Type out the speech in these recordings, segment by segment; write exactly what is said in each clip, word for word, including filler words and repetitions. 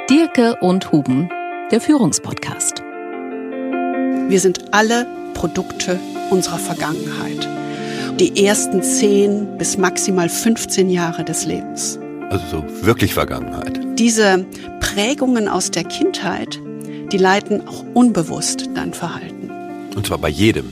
Dierke und Huben, der Führungspodcast. Wir sind alle Produkte unserer Vergangenheit. Die ersten zehn bis maximal fünfzehn Jahre des Lebens. Also so wirklich Vergangenheit. Diese Prägungen aus der Kindheit, die leiten auch unbewusst dein Verhalten. Und zwar bei jedem.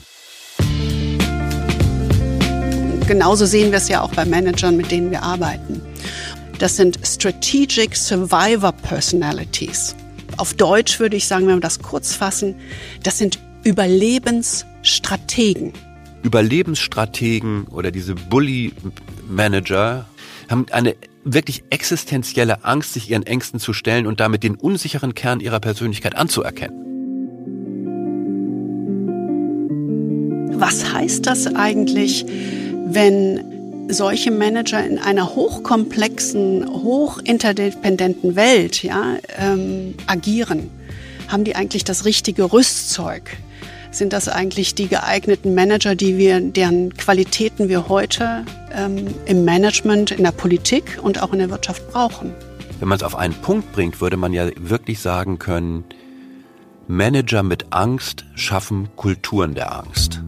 Genauso sehen wir es ja auch bei Managern, mit denen wir arbeiten. Das sind Strategic Survivor Personalities. Auf Deutsch würde ich sagen, wenn wir das kurz fassen, das sind Überlebensstrategen. Überlebensstrategen oder diese Bully-Manager haben eine wirklich existenzielle Angst, sich ihren Ängsten zu stellen und damit den unsicheren Kern ihrer Persönlichkeit anzuerkennen. Was heißt das eigentlich, wenn solche Manager in einer hochkomplexen, hochinterdependenten Welt ja, ähm, agieren? Haben die eigentlich das richtige Rüstzeug? Sind das eigentlich die geeigneten Manager, die wir, deren Qualitäten wir heute ähm, im Management, in der Politik und auch in der Wirtschaft brauchen? Wenn man es auf einen Punkt bringt, würde man ja wirklich sagen können, Manager mit Angst schaffen Kulturen der Angst.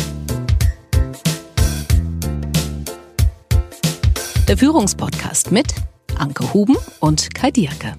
Der Führungspodcast mit Anke Huben und Kai Dierke.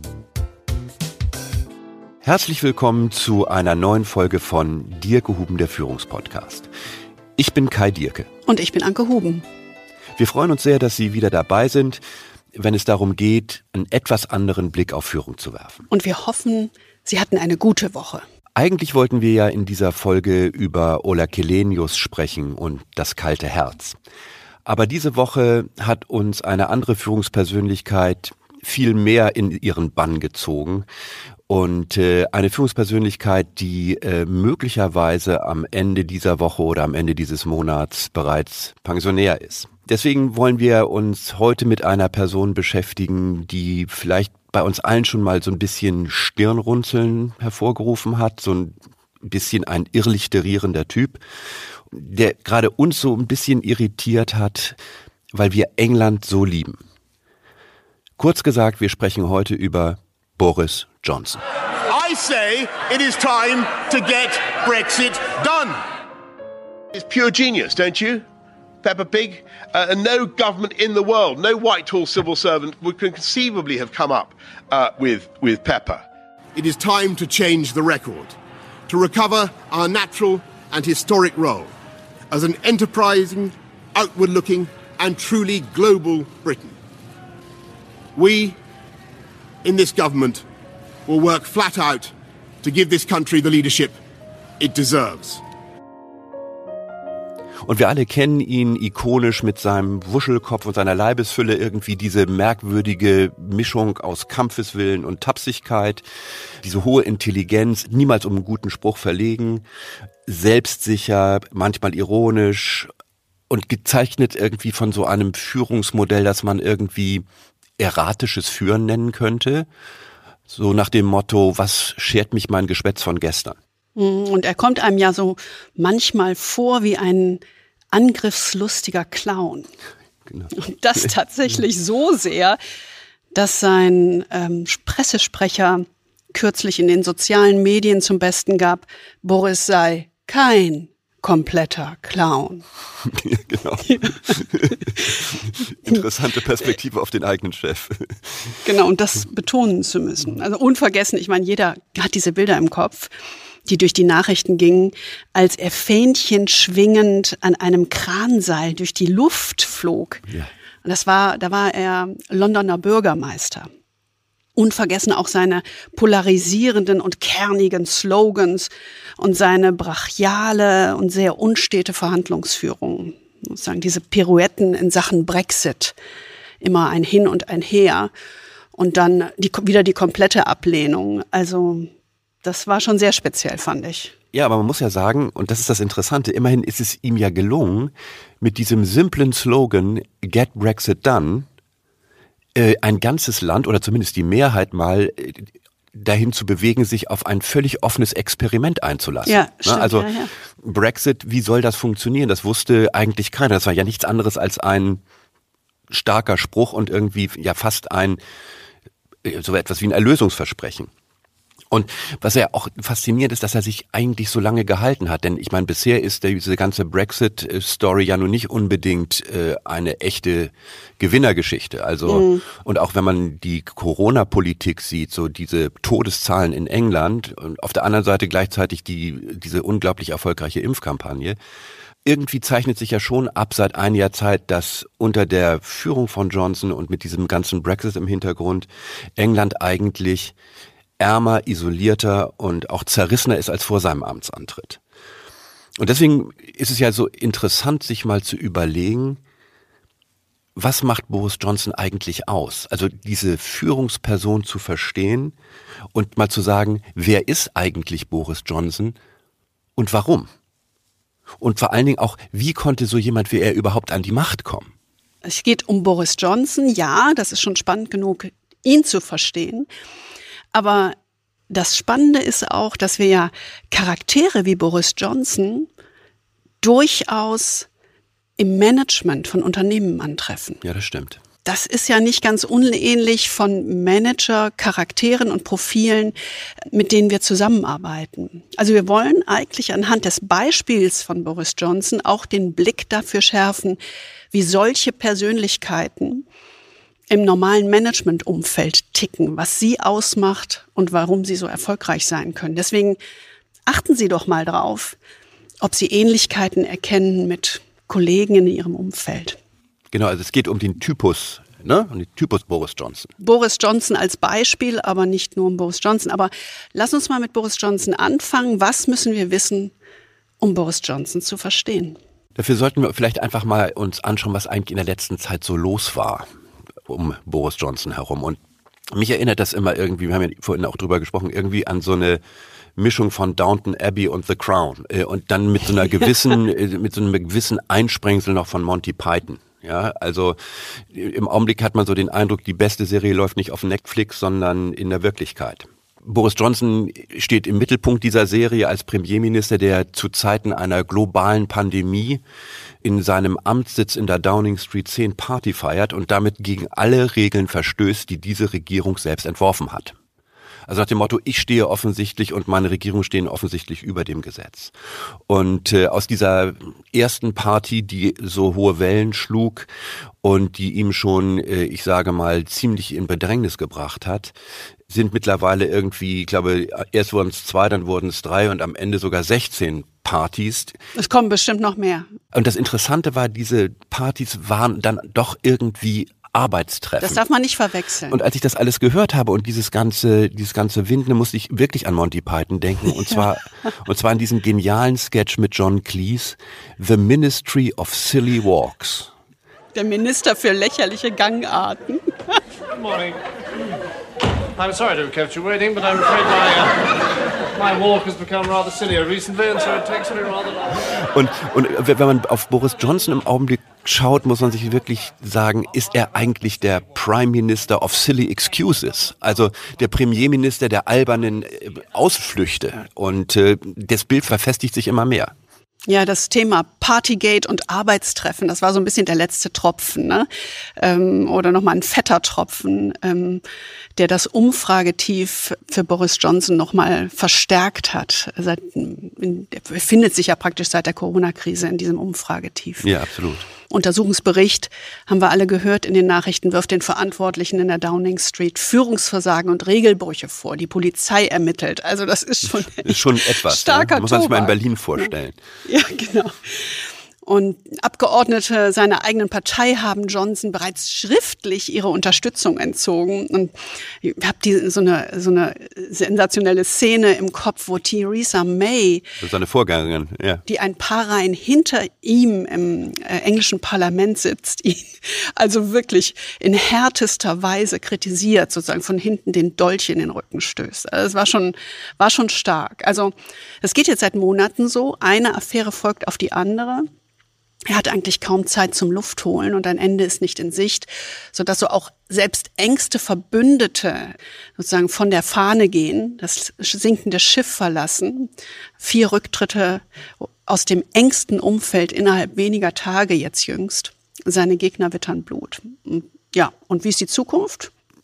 Herzlich willkommen zu einer neuen Folge von Dierke Huben, der Führungspodcast. Ich bin Kai Dierke. Und ich bin Anke Huben. Wir freuen uns sehr, dass Sie wieder dabei sind, wenn es darum geht, einen etwas anderen Blick auf Führung zu werfen. Und wir hoffen, Sie hatten eine gute Woche. Eigentlich wollten wir ja in dieser Folge über Ola Källenius sprechen und das kalte Herz. Aber diese Woche hat uns eine andere Führungspersönlichkeit viel mehr in ihren Bann gezogen. Und äh, eine Führungspersönlichkeit, die äh, möglicherweise am Ende dieser Woche oder am Ende dieses Monats bereits pensionär ist. Deswegen wollen wir uns heute mit einer Person beschäftigen, die vielleicht bei uns allen schon mal so ein bisschen Stirnrunzeln hervorgerufen hat, so ein bisschen ein irrlichterierender Typ, der gerade uns so ein bisschen irritiert hat, weil wir England so lieben. Kurz gesagt, wir sprechen heute über Boris Johnson. I say it is time to get Brexit done. It's pure genius, don't you? Peppa Pig, uh, and no government in the world, no Whitehall civil servant would conceivably have come up uh, with, with Peppa. It is time to change the record, to recover our natural and historic role as an enterprising, outward-looking and truly global Britain. We, in this government, will work flat out to give this country the leadership it deserves. Und wir alle kennen ihn ikonisch mit seinem Wuschelkopf und seiner Leibesfülle, irgendwie diese merkwürdige Mischung aus Kampfeswillen und Tapsigkeit, diese hohe Intelligenz, niemals um einen guten Spruch verlegen, selbstsicher, manchmal ironisch und gezeichnet irgendwie von so einem Führungsmodell, das man irgendwie erratisches Führen nennen könnte. So nach dem Motto, was schert mich mein Geschwätz von gestern? Und er kommt einem ja so manchmal vor wie ein angriffslustiger Clown. Genau. Und das tatsächlich so sehr, dass sein ähm, Pressesprecher kürzlich in den sozialen Medien zum Besten gab, Boris sei kein kompletter Clown. Ja, genau. Interessante Perspektive auf den eigenen Chef. Genau, und das betonen zu müssen. Also unvergessen, ich meine, jeder hat diese Bilder im Kopf, die durch die Nachrichten gingen, als er Fähnchen schwingend an einem Kranseil durch die Luft flog. Ja. Und das war, da war er Londoner Bürgermeister. Unvergessen auch seine polarisierenden und kernigen Slogans und seine brachiale und sehr unstete Verhandlungsführung. Sozusagen diese Pirouetten in Sachen Brexit. Immer ein Hin und ein Her. Und dann die, wieder die komplette Ablehnung. Also das war schon sehr speziell, fand ich. Ja, aber man muss ja sagen, und das ist das Interessante, immerhin ist es ihm ja gelungen, mit diesem simplen Slogan Get Brexit Done, äh, ein ganzes Land oder zumindest die Mehrheit mal äh, dahin zu bewegen, sich auf ein völlig offenes Experiment einzulassen. Ja, stimmt, also ja, ja. Brexit, wie soll das funktionieren? Das wusste eigentlich keiner. Das war ja nichts anderes als ein starker Spruch und irgendwie ja fast ein so etwas wie ein Erlösungsversprechen. Und was ja auch faszinierend ist, dass er sich eigentlich so lange gehalten hat. Denn ich meine, bisher ist diese ganze Brexit-Story ja nun nicht unbedingt äh, eine echte Gewinnergeschichte. Also mhm. und auch wenn man die Corona-Politik sieht, so diese Todeszahlen in England und auf der anderen Seite gleichzeitig die diese unglaublich erfolgreiche Impfkampagne. Irgendwie zeichnet sich ja schon ab seit einiger Zeit, dass unter der Führung von Johnson und mit diesem ganzen Brexit im Hintergrund England eigentlich ärmer, isolierter und auch zerrissener ist als vor seinem Amtsantritt. Und deswegen ist es ja so interessant, sich mal zu überlegen, was macht Boris Johnson eigentlich aus? Also diese Führungsperson zu verstehen und mal zu sagen, wer ist eigentlich Boris Johnson und warum? Und vor allen Dingen auch, wie konnte so jemand wie er überhaupt an die Macht kommen? Es geht um Boris Johnson, ja, das ist schon spannend genug, ihn zu verstehen. Aber das Spannende ist auch, dass wir ja Charaktere wie Boris Johnson durchaus im Management von Unternehmen antreffen. Ja, das stimmt. Das ist ja nicht ganz unähnlich von Manager-Charakteren und Profilen, mit denen wir zusammenarbeiten. Also wir wollen eigentlich anhand des Beispiels von Boris Johnson auch den Blick dafür schärfen, wie solche Persönlichkeiten im normalen Managementumfeld ticken, was sie ausmacht und warum sie so erfolgreich sein können. Deswegen achten Sie doch mal drauf, ob Sie Ähnlichkeiten erkennen mit Kollegen in Ihrem Umfeld. Genau, also es geht um den Typus, ne? Um den Typus Boris Johnson. Boris Johnson als Beispiel, aber nicht nur um Boris Johnson. Aber lass uns mal mit Boris Johnson anfangen. Was müssen wir wissen, um Boris Johnson zu verstehen? Dafür sollten wir vielleicht einfach mal uns anschauen, was eigentlich in der letzten Zeit so los war um Boris Johnson herum. Und mich erinnert das immer irgendwie, wir haben ja vorhin auch drüber gesprochen, irgendwie an so eine Mischung von Downton Abbey und The Crown. Und dann mit so einer gewissen, mit so einem gewissen Einsprengsel noch von Monty Python. Ja, also im Augenblick hat man so den Eindruck, die beste Serie läuft nicht auf Netflix, sondern in der Wirklichkeit. Boris Johnson steht im Mittelpunkt dieser Serie als Premierminister, der zu Zeiten einer globalen Pandemie in seinem Amtssitz in der Downing Street zehn Party feiert und damit gegen alle Regeln verstößt, die diese Regierung selbst entworfen hat. Also nach dem Motto, ich stehe offensichtlich und meine Regierung stehen offensichtlich über dem Gesetz. Und äh, aus dieser ersten Party, die so hohe Wellen schlug und die ihm schon, äh, ich sage mal, ziemlich in Bedrängnis gebracht hat, sind mittlerweile irgendwie, ich glaube, erst wurden es zwei, dann wurden es drei und am Ende sogar sechzehn Partys. Es kommen bestimmt noch mehr. Und das Interessante war, diese Partys waren dann doch irgendwie Arbeitstreffen. Das darf man nicht verwechseln. Und als ich das alles gehört habe und dieses ganze, dieses ganze Winden, musste ich wirklich an Monty Python denken. Und zwar, und zwar an diesen genialen Sketch mit John Cleese, The Ministry of Silly Walks. Der Minister für lächerliche Gangarten. Good morning. I'm sorry to have kept you waiting, but I'm afraid my, uh, my walk has become rather sillier recently, and so it takes me rather long. Und, und wenn man auf Boris Johnson im Augenblick schaut, muss man sich wirklich sagen, ist er eigentlich der Prime Minister of Silly Excuses? Also der Premierminister der albernen Ausflüchte. Und äh, das Bild verfestigt sich immer mehr. Ja, das Thema Partygate und Arbeitstreffen, das war so ein bisschen der letzte Tropfen, ne? Ähm, oder nochmal ein fetter Tropfen, ähm, der das Umfragetief für Boris Johnson nochmal verstärkt hat. Seit, in, der befindet sich ja praktisch seit der Corona-Krise in diesem Umfragetief. Ja, absolut. Untersuchungsbericht, haben wir alle gehört in den Nachrichten, wirft den Verantwortlichen in der Downing Street Führungsversagen und Regelbrüche vor. Die Polizei ermittelt. Also das ist schon, ist schon etwas. Starker ja. Muss man sich mal in Tobak. Berlin vorstellen. Ja, genau. Und Abgeordnete seiner eigenen Partei haben Johnson bereits schriftlich ihre Unterstützung entzogen. Und ich habe die, so eine, so eine sensationelle Szene im Kopf, wo Theresa May, das ist seine Vorgängerin, ja, die ein paar Reihen hinter ihm im äh, englischen Parlament sitzt, ihn also wirklich in härtester Weise kritisiert, sozusagen von hinten den Dolch in den Rücken stößt. Also es war schon, war schon stark. Also es geht jetzt seit Monaten so, eine Affäre folgt auf die andere. Er hat eigentlich kaum Zeit zum Luftholen und ein Ende ist nicht in Sicht, sodass so auch selbst engste Verbündete sozusagen von der Fahne gehen, das sinkende Schiff verlassen. Vier Rücktritte aus dem engsten Umfeld innerhalb weniger Tage jetzt jüngst. Seine Gegner wittern Blut. Ja, und wie ist die Zukunft?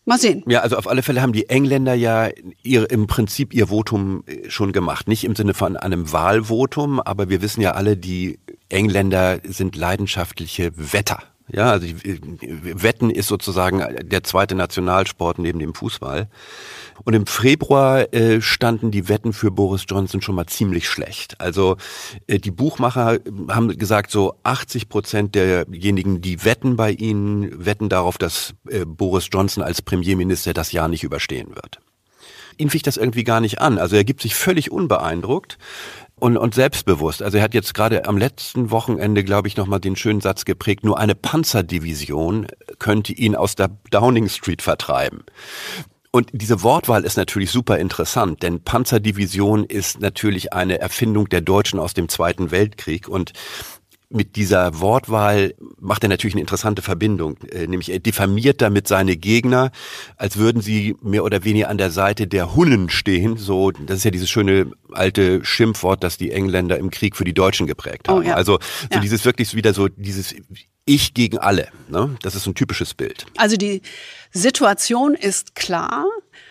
Mal sehen. Ja, also auf alle Fälle haben die Engländer ja ihr, im Prinzip ihr Votum schon gemacht. Nicht im Sinne von einem Wahlvotum, aber wir wissen ja alle, die Engländer sind leidenschaftliche Wetter. Ja, also Wetten ist sozusagen der zweite Nationalsport neben dem Fußball. Und im Februar äh, standen die Wetten für Boris Johnson schon mal ziemlich schlecht. Also äh, die Buchmacher haben gesagt, so achtzig Prozent derjenigen, die wetten bei ihnen, wetten darauf, dass äh, Boris Johnson als Premierminister das Jahr nicht überstehen wird. Ihn ficht das irgendwie gar nicht an. Also er gibt sich völlig unbeeindruckt. Und, und selbstbewusst. Also er hat jetzt gerade am letzten Wochenende, glaube ich, nochmal den schönen Satz geprägt, nur eine Panzerdivision könnte ihn aus der Downing Street vertreiben. Und diese Wortwahl ist natürlich super interessant, denn Panzerdivision ist natürlich eine Erfindung der Deutschen aus dem Zweiten Weltkrieg und mit dieser Wortwahl macht er natürlich eine interessante Verbindung, äh, nämlich er diffamiert damit seine Gegner, als würden sie mehr oder weniger an der Seite der Hunnen stehen. So, das ist ja dieses schöne alte Schimpfwort, das die Engländer im Krieg für die Deutschen geprägt haben. Oh, ja. Also so ja. dieses wirklich wieder so dieses Ich gegen alle. Ne? Das ist so ein typisches Bild. Also die Situation ist klar.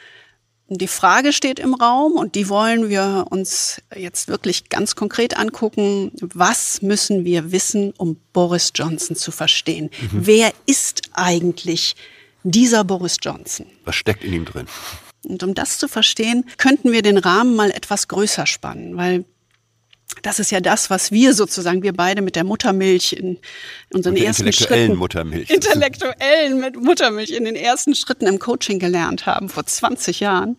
Die Frage steht im Raum und die wollen wir uns jetzt wirklich ganz konkret angucken. Was müssen wir wissen, um Boris Johnson zu verstehen? Mhm. Wer ist eigentlich dieser Boris Johnson? Was steckt in ihm drin? Und um das zu verstehen, könnten wir den Rahmen mal etwas größer spannen, weil das ist ja das, was wir sozusagen, wir beide mit der Muttermilch in unseren mit der ersten intellektuellen Schritten, Muttermilch. intellektuellen mit Muttermilch in den ersten Schritten im Coaching gelernt haben, vor zwanzig Jahren.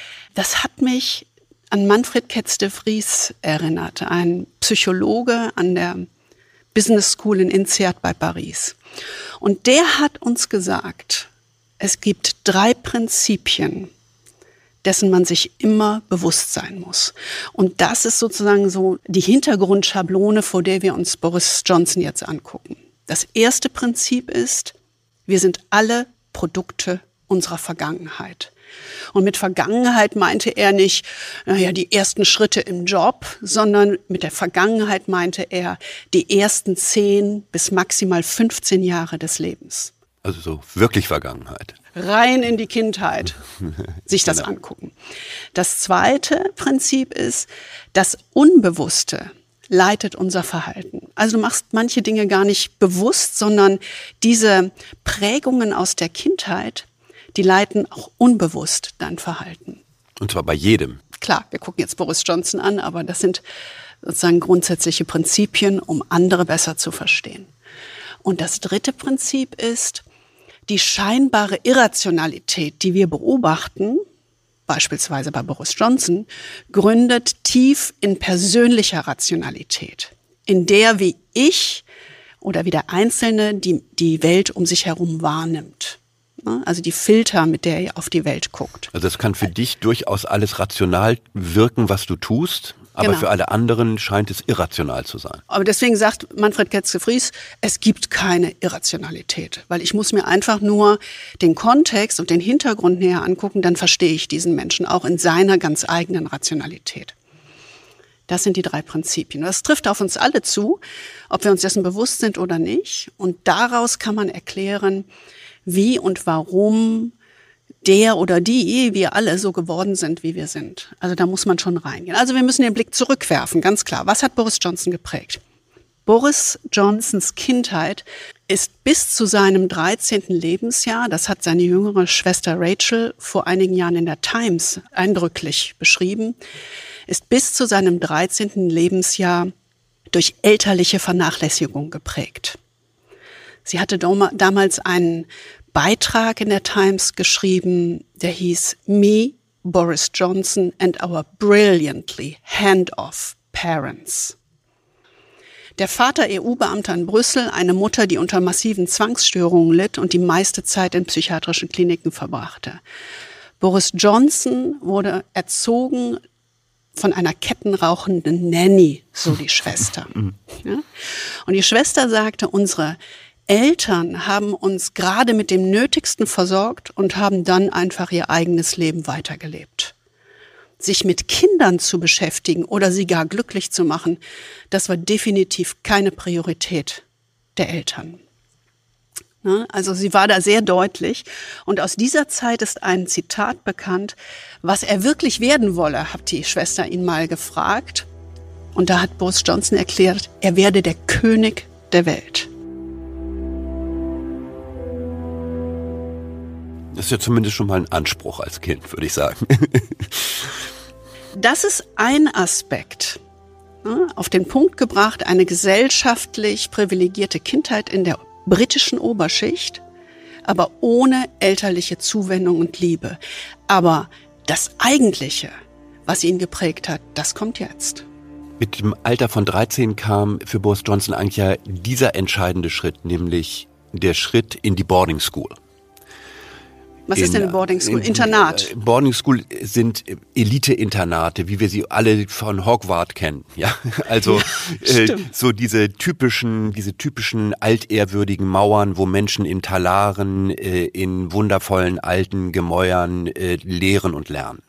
Das hat mich an Manfred Ketz de Vries erinnert, ein Psychologe an der Business School in INSEAD bei Paris. Und der hat uns gesagt, es gibt drei Prinzipien, dessen man sich immer bewusst sein muss. Und das ist sozusagen so die Hintergrundschablone, vor der wir uns Boris Johnson jetzt angucken. Das erste Prinzip ist, wir sind alle Produkte unserer Vergangenheit. Und mit Vergangenheit meinte er nicht, naja, die ersten Schritte im Job, sondern mit der Vergangenheit meinte er die ersten zehn bis maximal fünfzehn Jahre des Lebens. Also so wirklich Vergangenheit. Rein in die Kindheit sich das genau. angucken. Das zweite Prinzip ist, das Unbewusste leitet unser Verhalten. Also du machst manche Dinge gar nicht bewusst, sondern diese Prägungen aus der Kindheit, die leiten auch unbewusst dein Verhalten. Und zwar bei jedem. Klar, wir gucken jetzt Boris Johnson an, aber das sind sozusagen grundsätzliche Prinzipien, um andere besser zu verstehen. Und das dritte Prinzip ist, die scheinbare Irrationalität, die wir beobachten, beispielsweise bei Boris Johnson, gründet tief in persönlicher Rationalität, in der wie ich oder wie der Einzelne die, die Welt um sich herum wahrnimmt. Also die Filter, mit der er auf die Welt guckt. Also das kann für dich durchaus alles rational wirken, was du tust. Aber genau. für alle anderen scheint es irrational zu sein. Aber deswegen sagt Manfred Ketz de Vries, es gibt keine Irrationalität. Weil ich muss mir einfach nur den Kontext und den Hintergrund näher angucken, dann verstehe ich diesen Menschen auch in seiner ganz eigenen Rationalität. Das sind die drei Prinzipien. Das trifft auf uns alle zu, ob wir uns dessen bewusst sind oder nicht. Und daraus kann man erklären, wie und warum der oder die, wir alle so geworden sind, wie wir sind. Also da muss man schon reingehen. Also wir müssen den Blick zurückwerfen, ganz klar. Was hat Boris Johnson geprägt? Boris Johnsons Kindheit ist bis zu seinem dreizehnten Lebensjahr, das hat seine jüngere Schwester Rachel vor einigen Jahren in der Times eindrücklich beschrieben, ist bis zu seinem dreizehnten Lebensjahr durch elterliche Vernachlässigung geprägt. Sie hatte damals einen Beitrag in der Times geschrieben, der hieß Me, Boris Johnson and our brilliantly hand-off parents. Der Vater E U-Beamter in Brüssel, eine Mutter, die unter massiven Zwangsstörungen litt und die meiste Zeit in psychiatrischen Kliniken verbrachte. Boris Johnson wurde erzogen von einer kettenrauchenden Nanny, so die Schwester. Ja? Und die Schwester sagte, unsere Eltern haben uns gerade mit dem Nötigsten versorgt und haben dann einfach ihr eigenes Leben weitergelebt. Sich mit Kindern zu beschäftigen oder sie gar glücklich zu machen, das war definitiv keine Priorität der Eltern. Also sie war da sehr deutlich. Und aus dieser Zeit ist ein Zitat bekannt, was er wirklich werden wolle, hat die Schwester ihn mal gefragt. Und da hat Boris Johnson erklärt, er werde der König der Welt. Das ist ja zumindest schon mal ein Anspruch als Kind, würde ich sagen. Das ist ein Aspekt. Auf den Punkt gebracht, eine gesellschaftlich privilegierte Kindheit in der britischen Oberschicht, aber ohne elterliche Zuwendung und Liebe. Aber das Eigentliche, was ihn geprägt hat, das kommt jetzt. Mit dem Alter von dreizehn kam für Boris Johnson eigentlich ja dieser entscheidende Schritt, nämlich der Schritt in die Boarding School. Was ist denn eine Boarding School? Internat? Boarding School sind Elite-Internate, wie wir sie alle von Hogwarts kennen. Ja, also ja, äh, so diese typischen, diese typischen altehrwürdigen Mauern, wo Menschen in Talaren, äh, in wundervollen alten Gemäuern äh, lehren und lernen.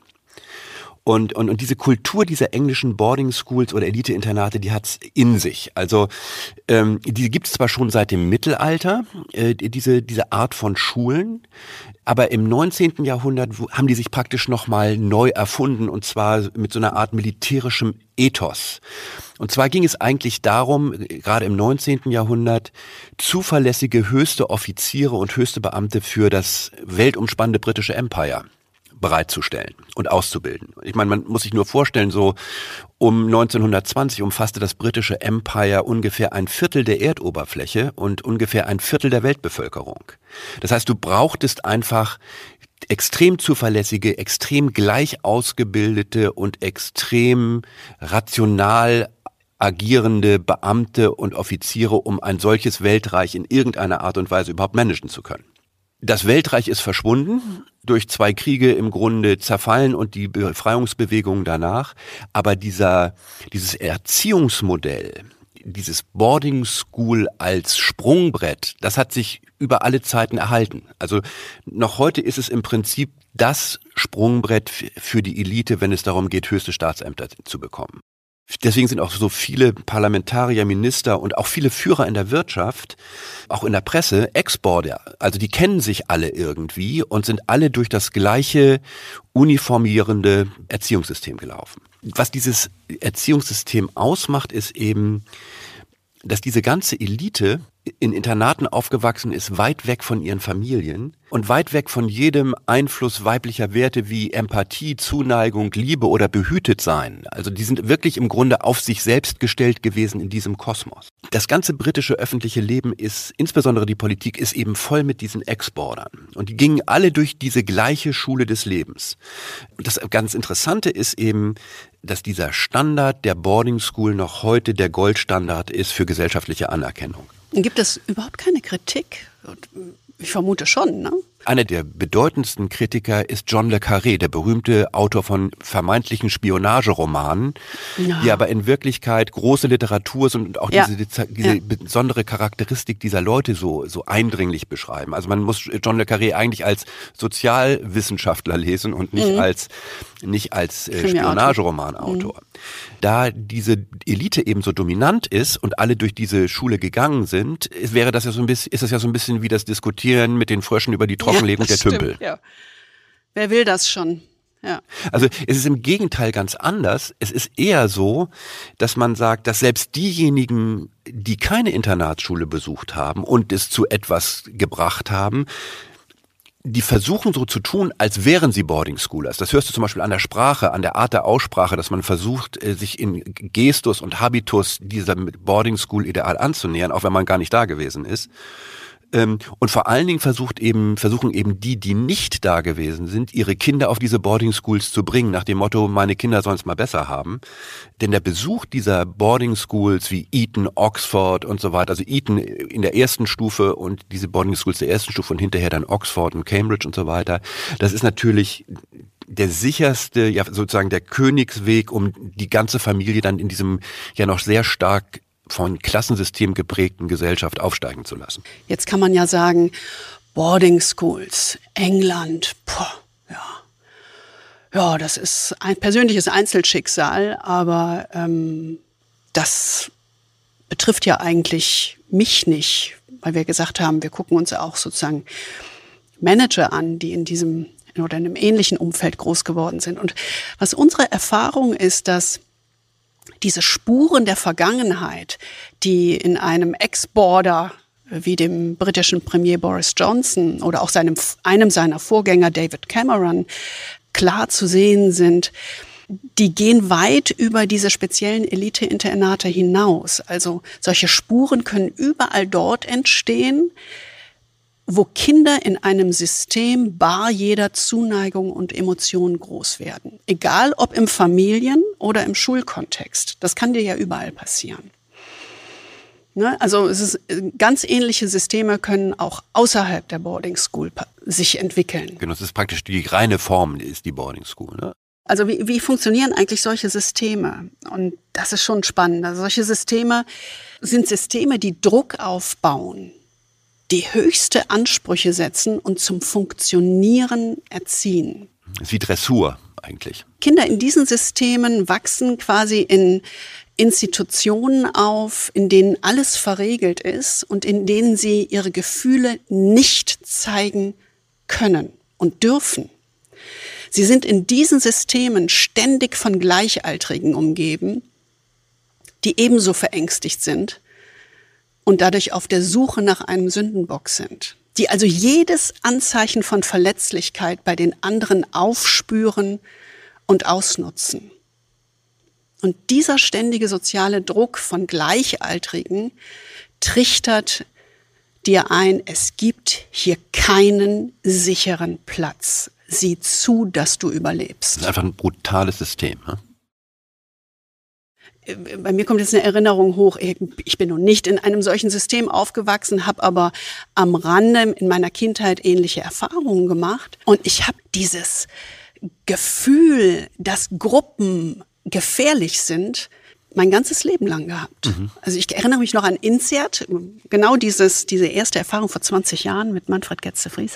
Und, und, und diese Kultur dieser englischen Boarding Schools oder Elite-Internate, die hat's in sich. Also ähm, die gibt's zwar schon seit dem Mittelalter, äh, diese, diese Art von Schulen, aber im neunzehnten Jahrhundert haben die sich praktisch nochmal neu erfunden, und zwar mit so einer Art militärischem Ethos. Und zwar ging es eigentlich darum, gerade im neunzehnten Jahrhundert, zuverlässige höchste Offiziere und höchste Beamte für das weltumspannende britische Empire bereitzustellen und auszubilden. Ich meine, man muss sich nur vorstellen, so um neunzehnhundertzwanzig umfasste das britische Empire ungefähr ein Viertel der Erdoberfläche und ungefähr ein Viertel der Weltbevölkerung. Das heißt, du brauchtest einfach extrem zuverlässige, extrem gleich ausgebildete und extrem rational agierende Beamte und Offiziere, um ein solches Weltreich in irgendeiner Art und Weise überhaupt managen zu können. Das Weltreich ist verschwunden, durch zwei Kriege im Grunde zerfallen und die Befreiungsbewegungen danach. Aber dieser, dieses Erziehungsmodell, dieses Boarding School als Sprungbrett, das hat sich über alle Zeiten erhalten. Also noch heute ist es im Prinzip das Sprungbrett für die Elite, wenn es darum geht, höchste Staatsämter zu bekommen. Deswegen sind auch so viele Parlamentarier, Minister und auch viele Führer in der Wirtschaft, auch in der Presse, Exporter. Also die kennen sich alle irgendwie und sind alle durch das gleiche uniformierende Erziehungssystem gelaufen. Was dieses Erziehungssystem ausmacht, ist eben, dass diese ganze Elite in Internaten aufgewachsen ist, weit weg von ihren Familien und weit weg von jedem Einfluss weiblicher Werte wie Empathie, Zuneigung, Liebe oder behütet sein. Also die sind wirklich im Grunde auf sich selbst gestellt gewesen in diesem Kosmos. Das ganze britische öffentliche Leben ist, insbesondere die Politik, ist eben voll mit diesen Exportern. Und die gingen alle durch diese gleiche Schule des Lebens. Und das ganz Interessante ist eben, dass dieser Standard der Boarding School noch heute der Goldstandard ist für gesellschaftliche Anerkennung. Gibt es überhaupt keine Kritik? Ich vermute schon, ne? Einer der bedeutendsten Kritiker ist John le Carré, der berühmte Autor von vermeintlichen Spionageromanen, ja. die aber in Wirklichkeit große Literatur sind und auch ja. diese, diese ja. besondere Charakteristik dieser Leute so, so eindringlich beschreiben. Also man muss John le Carré eigentlich als Sozialwissenschaftler lesen und nicht mhm. als, nicht als äh, Spionageromannautor. Mhm. Da diese Elite eben so dominant ist und alle durch diese Schule gegangen sind, wäre das ja so ein bisschen, ist das ja so ein bisschen wie das Diskutieren mit den Fröschen über die Trockenlegung ja, der stimmt, Tümpel. Ja. Wer will das schon? Ja. Also es ist im Gegenteil ganz anders. Es ist eher so, dass man sagt, dass selbst diejenigen, die keine Internatsschule besucht haben und es zu etwas gebracht haben, die versuchen so zu tun, als wären sie Boarding Schoolers. Das hörst du zum Beispiel an der Sprache, an der Art der Aussprache, dass man versucht, sich in Gestus und Habitus dieser Boarding School Ideal anzunähern, auch wenn man gar nicht da gewesen ist. Und vor allen Dingen versucht eben, versuchen eben die, die nicht da gewesen sind, ihre Kinder auf diese Boarding Schools zu bringen, nach dem Motto, meine Kinder sollen es mal besser haben. Denn der Besuch dieser Boarding Schools wie Eton, Oxford und so weiter, also Eton in der ersten Stufe und diese Boarding Schools der ersten Stufe und hinterher dann Oxford und Cambridge und so weiter, das ist natürlich der sicherste, ja sozusagen der Königsweg, um die ganze Familie dann in diesem ja noch sehr stark von Klassensystem geprägten Gesellschaft aufsteigen zu lassen. Jetzt kann man ja sagen, Boarding Schools, England, boah, ja, ja, das ist ein persönliches Einzelschicksal, aber ähm, das betrifft ja eigentlich mich nicht. weil wir gesagt haben, wir gucken uns auch sozusagen Manager an, die in diesem oder in einem ähnlichen Umfeld groß geworden sind. Und was unsere Erfahrung ist, dass diese Spuren der Vergangenheit, die in einem Ex-Border wie dem britischen Premier Boris Johnson oder auch seinem, einem seiner Vorgänger David Cameron klar zu sehen sind, die gehen weit über diese speziellen Elite-Internate hinaus. Also solche Spuren können überall dort entstehen, wo Kinder in einem System bar jeder Zuneigung und Emotionen groß werden. Egal ob im Familien- oder im Schulkontext. Das kann dir ja überall passieren. Ne? Also es ist, ganz ähnliche Systeme können auch außerhalb der Boarding School sich entwickeln. Genau, das ist praktisch die reine Form, ist die Boarding School, ne? Also wie, wie funktionieren eigentlich solche Systeme? Und das ist schon spannend. Also solche Systeme sind Systeme, die Druck aufbauen, die höchste Ansprüche setzen und zum Funktionieren erziehen. Das ist wie Dressur eigentlich. Kinder in diesen Systemen wachsen quasi in Institutionen auf, in denen alles verregelt ist und in denen sie ihre Gefühle nicht zeigen können und dürfen. Sie sind in diesen Systemen ständig von Gleichaltrigen umgeben, die ebenso verängstigt sind und dadurch auf der Suche nach einem Sündenbock sind, die also jedes Anzeichen von Verletzlichkeit bei den anderen aufspüren und ausnutzen. Und dieser ständige soziale Druck von Gleichaltrigen trichtert dir ein, es gibt hier keinen sicheren Platz. Sieh zu, dass du überlebst. Das ist einfach ein brutales System. Ne? Bei mir kommt jetzt eine Erinnerung hoch, ich bin noch nicht in einem solchen System aufgewachsen, habe aber am Rande in meiner Kindheit ähnliche Erfahrungen gemacht. Und ich habe dieses Gefühl, dass Gruppen gefährlich sind, mein ganzes Leben lang gehabt. Mhm. Also ich erinnere mich noch an Insert, genau dieses, diese erste Erfahrung vor zwanzig Jahren mit Manfred Getze-Vries,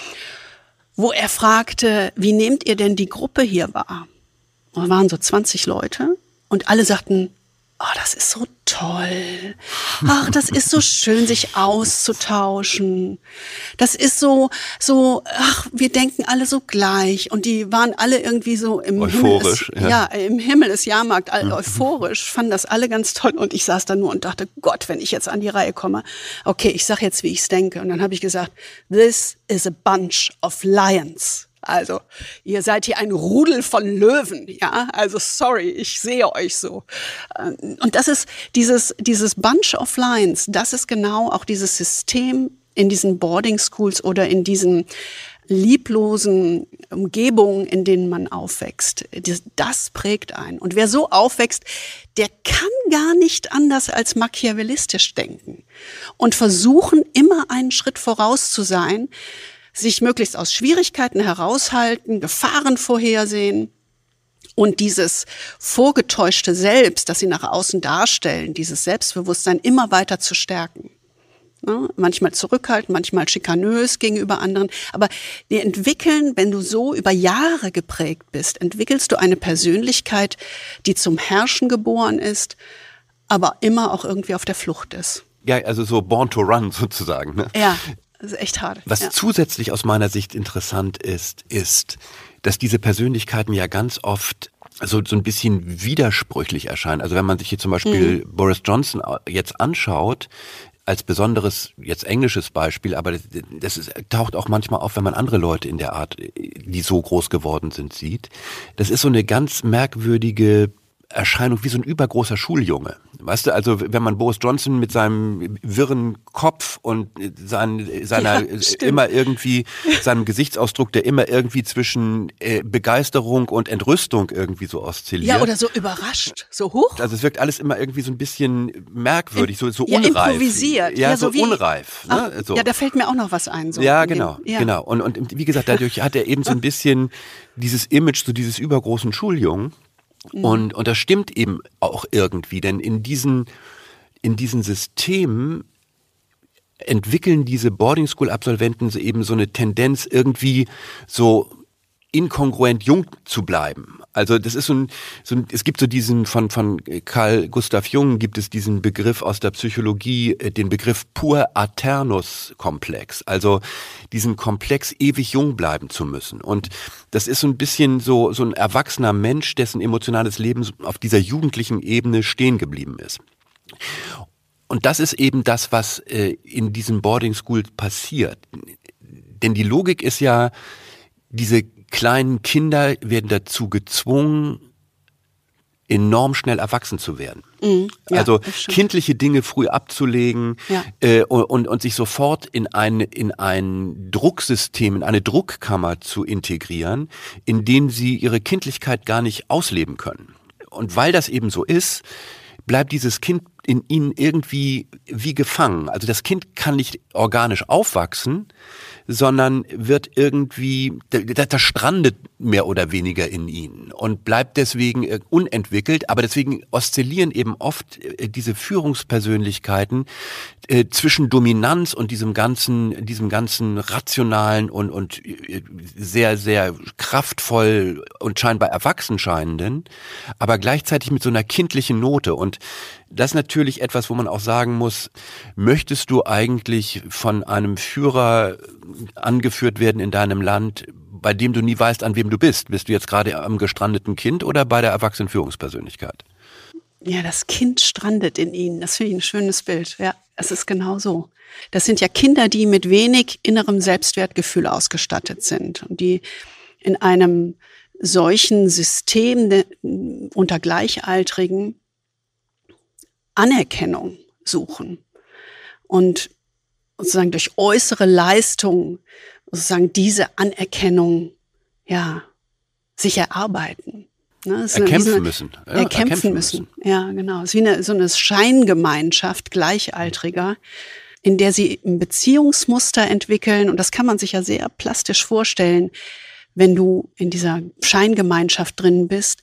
wo er fragte, wie nehmt ihr denn die Gruppe hier wahr? Und da waren so zwanzig Leute und alle sagten, oh, das ist so toll. Ach, das ist so schön, sich auszutauschen. Das ist so, so, ach, wir denken alle so gleich. Und die waren alle irgendwie so im euphorisch, Himmel. Ist, ja. ja, im Himmel ist Jahrmarkt, alle mhm. euphorisch, fanden das alle ganz toll. Und ich saß da nur und dachte, Gott, wenn ich jetzt an die Reihe komme. Okay, ich sag jetzt, wie ich es denke. Und dann habe ich gesagt, this is a bunch of lions. Also, ihr seid hier ein Rudel von Löwen, ja? Also, sorry, ich sehe euch so. Und das ist dieses, dieses Bunch of Lions, das ist genau auch dieses System in diesen Boarding Schools oder in diesen lieblosen Umgebungen, in denen man aufwächst. Das prägt einen. Und wer so aufwächst, der kann gar nicht anders als machiavellistisch denken und versuchen, immer einen Schritt voraus zu sein, sich möglichst aus Schwierigkeiten heraushalten, Gefahren vorhersehen und dieses vorgetäuschte Selbst, das sie nach außen darstellen, dieses Selbstbewusstsein immer weiter zu stärken. Ja, manchmal zurückhaltend, manchmal schikanös gegenüber anderen. Aber die entwickeln, wenn du so über Jahre geprägt bist, entwickelst du eine Persönlichkeit, die zum Herrschen geboren ist, aber immer auch irgendwie auf der Flucht ist. Ja, also so born to run sozusagen. Ne? Ja. Das ist echt hart. Was ja. zusätzlich aus meiner Sicht interessant ist, ist, dass diese Persönlichkeiten ja ganz oft so, so ein bisschen widersprüchlich erscheinen. Also wenn man sich hier zum Beispiel mhm. Boris Johnson jetzt anschaut, als besonderes, jetzt englisches Beispiel, aber das, das ist, taucht auch manchmal auf, wenn man andere Leute in der Art, die so groß geworden sind, sieht. Das ist so eine ganz merkwürdige Erscheinung wie so ein übergroßer Schuljunge. Weißt du, also wenn man Boris Johnson mit seinem wirren Kopf und sein, seiner ja, immer irgendwie, seinem Gesichtsausdruck, der immer irgendwie zwischen äh, Begeisterung und Entrüstung irgendwie so oszilliert. Ja, oder so überrascht, so hoch. Also es wirkt alles immer irgendwie so ein bisschen merkwürdig, In, so, so ja, unreif. improvisiert. Ja, ja so, so wie, unreif. Ach, ne? so. Ja, da fällt mir auch noch was ein. So ja, genau, dem, ja. genau. Und, und wie gesagt, dadurch hat er eben so ein bisschen dieses Image, so dieses übergroßen Schuljungen. Und, und das stimmt eben auch irgendwie, denn in diesen, in diesen Systemen entwickeln diese Boarding-School-Absolventen so eben so eine Tendenz, irgendwie so inkongruent jung zu bleiben. Also das ist so ein, so ein, es gibt so diesen, von, von Carl Gustav Jung gibt es diesen Begriff aus der Psychologie, den Begriff Puer Aeternus Komplex. Also diesen Komplex, ewig jung bleiben zu müssen. Und das ist so ein bisschen so, so ein erwachsener Mensch, dessen emotionales Leben auf dieser jugendlichen Ebene stehen geblieben ist. Und das ist eben das, was äh, in diesem Boarding School passiert. Denn die Logik ist ja, diese kleinen Kinder werden dazu gezwungen, enorm schnell erwachsen zu werden. Mhm, ja, also kindliche Dinge früh abzulegen ja. äh, und, und sich sofort in ein, in ein Drucksystem, in eine Druckkammer zu integrieren, in dem sie ihre Kindlichkeit gar nicht ausleben können. Und weil das eben so ist, bleibt dieses Kind in ihnen irgendwie wie gefangen. Also das Kind kann nicht organisch aufwachsen, sondern wird irgendwie, das, das strandet mehr oder weniger in ihnen und bleibt deswegen unentwickelt. Aber deswegen oszillieren eben oft diese Führungspersönlichkeiten äh, zwischen Dominanz und diesem ganzen, diesem ganzen rationalen und, und sehr, sehr kraftvoll und scheinbar erwachsen scheinenden, aber gleichzeitig mit so einer kindlichen Note. Und das ist natürlich etwas, wo man auch sagen muss, möchtest du eigentlich von einem Führer angeführt werden in deinem Land, bei dem du nie weißt, an wem du bist? Bist du jetzt gerade am gestrandeten Kind oder bei der erwachsenen Führungspersönlichkeit? Ja, das Kind strandet in ihnen. Das finde ich ein schönes Bild. Ja, es ist genau so. Das sind ja Kinder, die mit wenig innerem Selbstwertgefühl ausgestattet sind und die in einem solchen System unter Gleichaltrigen Anerkennung suchen und sozusagen durch äußere Leistung sozusagen diese Anerkennung ja sich erarbeiten. Ne? Erkämpfen eine, müssen. Ja, erkämpfen, erkämpfen müssen. müssen. Ja, genau. Es ist wie eine, so eine Scheingemeinschaft Gleichaltriger, in der sie ein Beziehungsmuster entwickeln. Und das kann man sich ja sehr plastisch vorstellen, wenn du in dieser Scheingemeinschaft drin bist.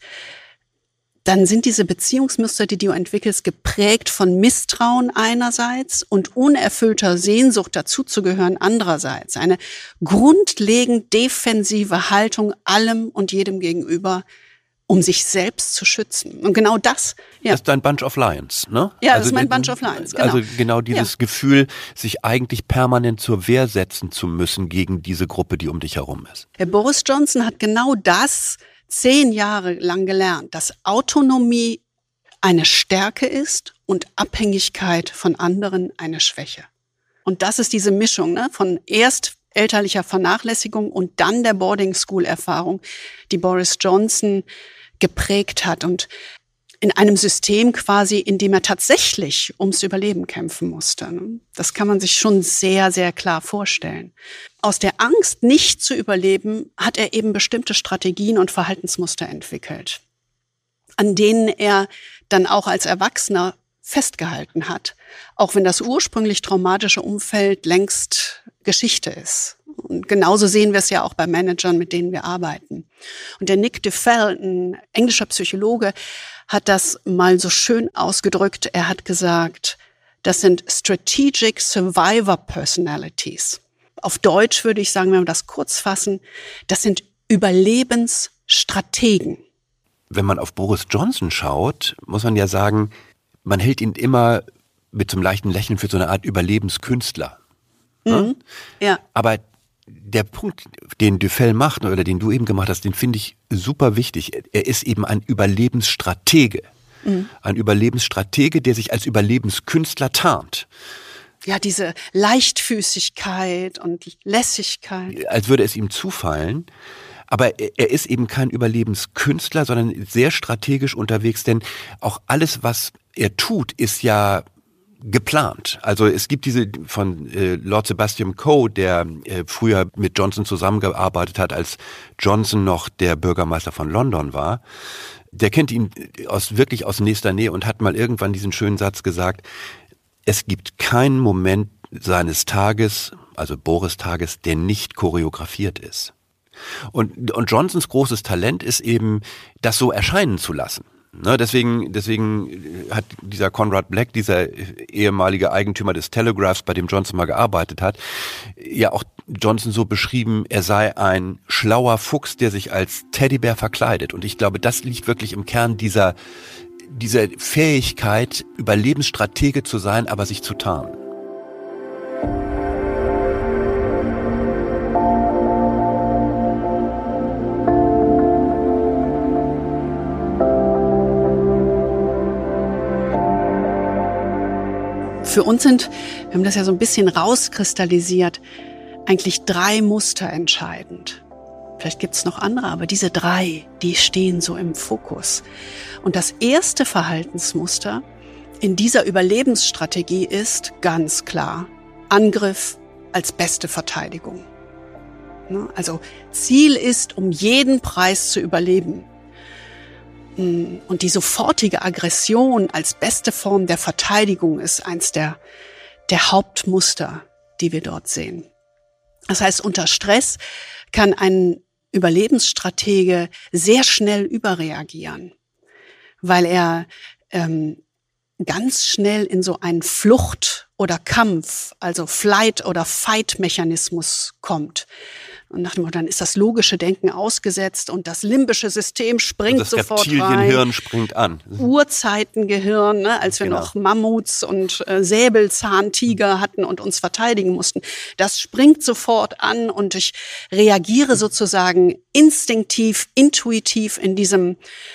Dann sind diese Beziehungsmuster, die du entwickelst, geprägt von Misstrauen einerseits und unerfüllter Sehnsucht dazuzugehören andererseits. Eine grundlegend defensive Haltung allem und jedem gegenüber, um sich selbst zu schützen. Und genau das, ja. Das ist dein Bunch of Lions, ne? Ja, also, das ist mein Bunch of Lions, genau. Also genau dieses ja. Gefühl, sich eigentlich permanent zur Wehr setzen zu müssen gegen diese Gruppe, die um dich herum ist. Der Boris Johnson hat genau das zehn Jahre lang gelernt, dass Autonomie eine Stärke ist und Abhängigkeit von anderen eine Schwäche. Und das ist diese Mischung, ne, von erst elterlicher Vernachlässigung und dann der Boarding-School-Erfahrung, die Boris Johnson geprägt hat und in einem System quasi, in dem er tatsächlich ums Überleben kämpfen musste. Das kann man sich schon sehr, sehr klar vorstellen. Aus der Angst, nicht zu überleben, hat er eben bestimmte Strategien und Verhaltensmuster entwickelt, an denen er dann auch als Erwachsener festgehalten hat, auch wenn das ursprünglich traumatische Umfeld längst Geschichte ist. Und genauso sehen wir es ja auch bei Managern, mit denen wir arbeiten. Und der Nick Defell, ein englischer Psychologe, hat das mal so schön ausgedrückt. Er hat gesagt, das sind Strategic Survivor Personalities. Auf Deutsch würde ich sagen, wenn wir das kurz fassen, das sind Überlebensstrategen. Wenn man auf Boris Johnson schaut, muss man ja sagen, man hält ihn immer mit so einem leichten Lächeln für so eine Art Überlebenskünstler. Mhm. Ja. Aber der Punkt, den Defell macht oder den du eben gemacht hast, den finde ich super wichtig. Er ist eben ein Überlebensstratege. Mhm. Ein Überlebensstratege, der sich als Überlebenskünstler tarnt. Ja, diese Leichtfüßigkeit und Lässigkeit. Als würde es ihm zufallen. Aber er ist eben kein Überlebenskünstler, sondern sehr strategisch unterwegs, denn auch alles, was er tut, ist ja geplant. Also es gibt diese von äh, Lord Sebastian Coe, der äh, früher mit Johnson zusammengearbeitet hat, als Johnson noch der Bürgermeister von London war. Der kennt ihn aus wirklich aus nächster Nähe und hat mal irgendwann diesen schönen Satz gesagt: Es gibt keinen Moment seines Tages, also Boris Tages, der nicht choreografiert ist. Und, und Johnsons großes Talent ist eben, das so erscheinen zu lassen. Ne, deswegen, deswegen hat dieser Conrad Black, dieser ehemalige Eigentümer des Telegraphs, bei dem Johnson mal gearbeitet hat, ja auch Johnson so beschrieben, er sei ein schlauer Fuchs, der sich als Teddybär verkleidet. Und ich glaube, das liegt wirklich im Kern dieser, dieser Fähigkeit, Überlebensstratege zu sein, aber sich zu tarnen. Für uns sind, wir haben das ja so ein bisschen rauskristallisiert, eigentlich drei Muster entscheidend. Vielleicht gibt es noch andere, aber diese drei, die stehen so im Fokus. Und das erste Verhaltensmuster in dieser Überlebensstrategie ist ganz klar Angriff als beste Verteidigung. Also Ziel ist, um jeden Preis zu überleben. Und die sofortige Aggression als beste Form der Verteidigung ist eins der, der Hauptmuster, die wir dort sehen. Das heißt, unter Stress kann ein Überlebensstratege sehr schnell überreagieren, weil er ähm, ganz schnell in so einen Flucht- oder Kampf, also Flight- oder Fight-Mechanismus kommt. Und nach dem Motto, dann ist das logische Denken ausgesetzt und das limbische System springt das sofort rein. Das Reptilienhirn springt an. Urzeitengehirn, ne, als wir genau. noch Mammuts und äh, Säbelzahntiger hatten und uns verteidigen mussten. Das springt sofort an und ich reagiere sozusagen instinktiv, intuitiv in diesem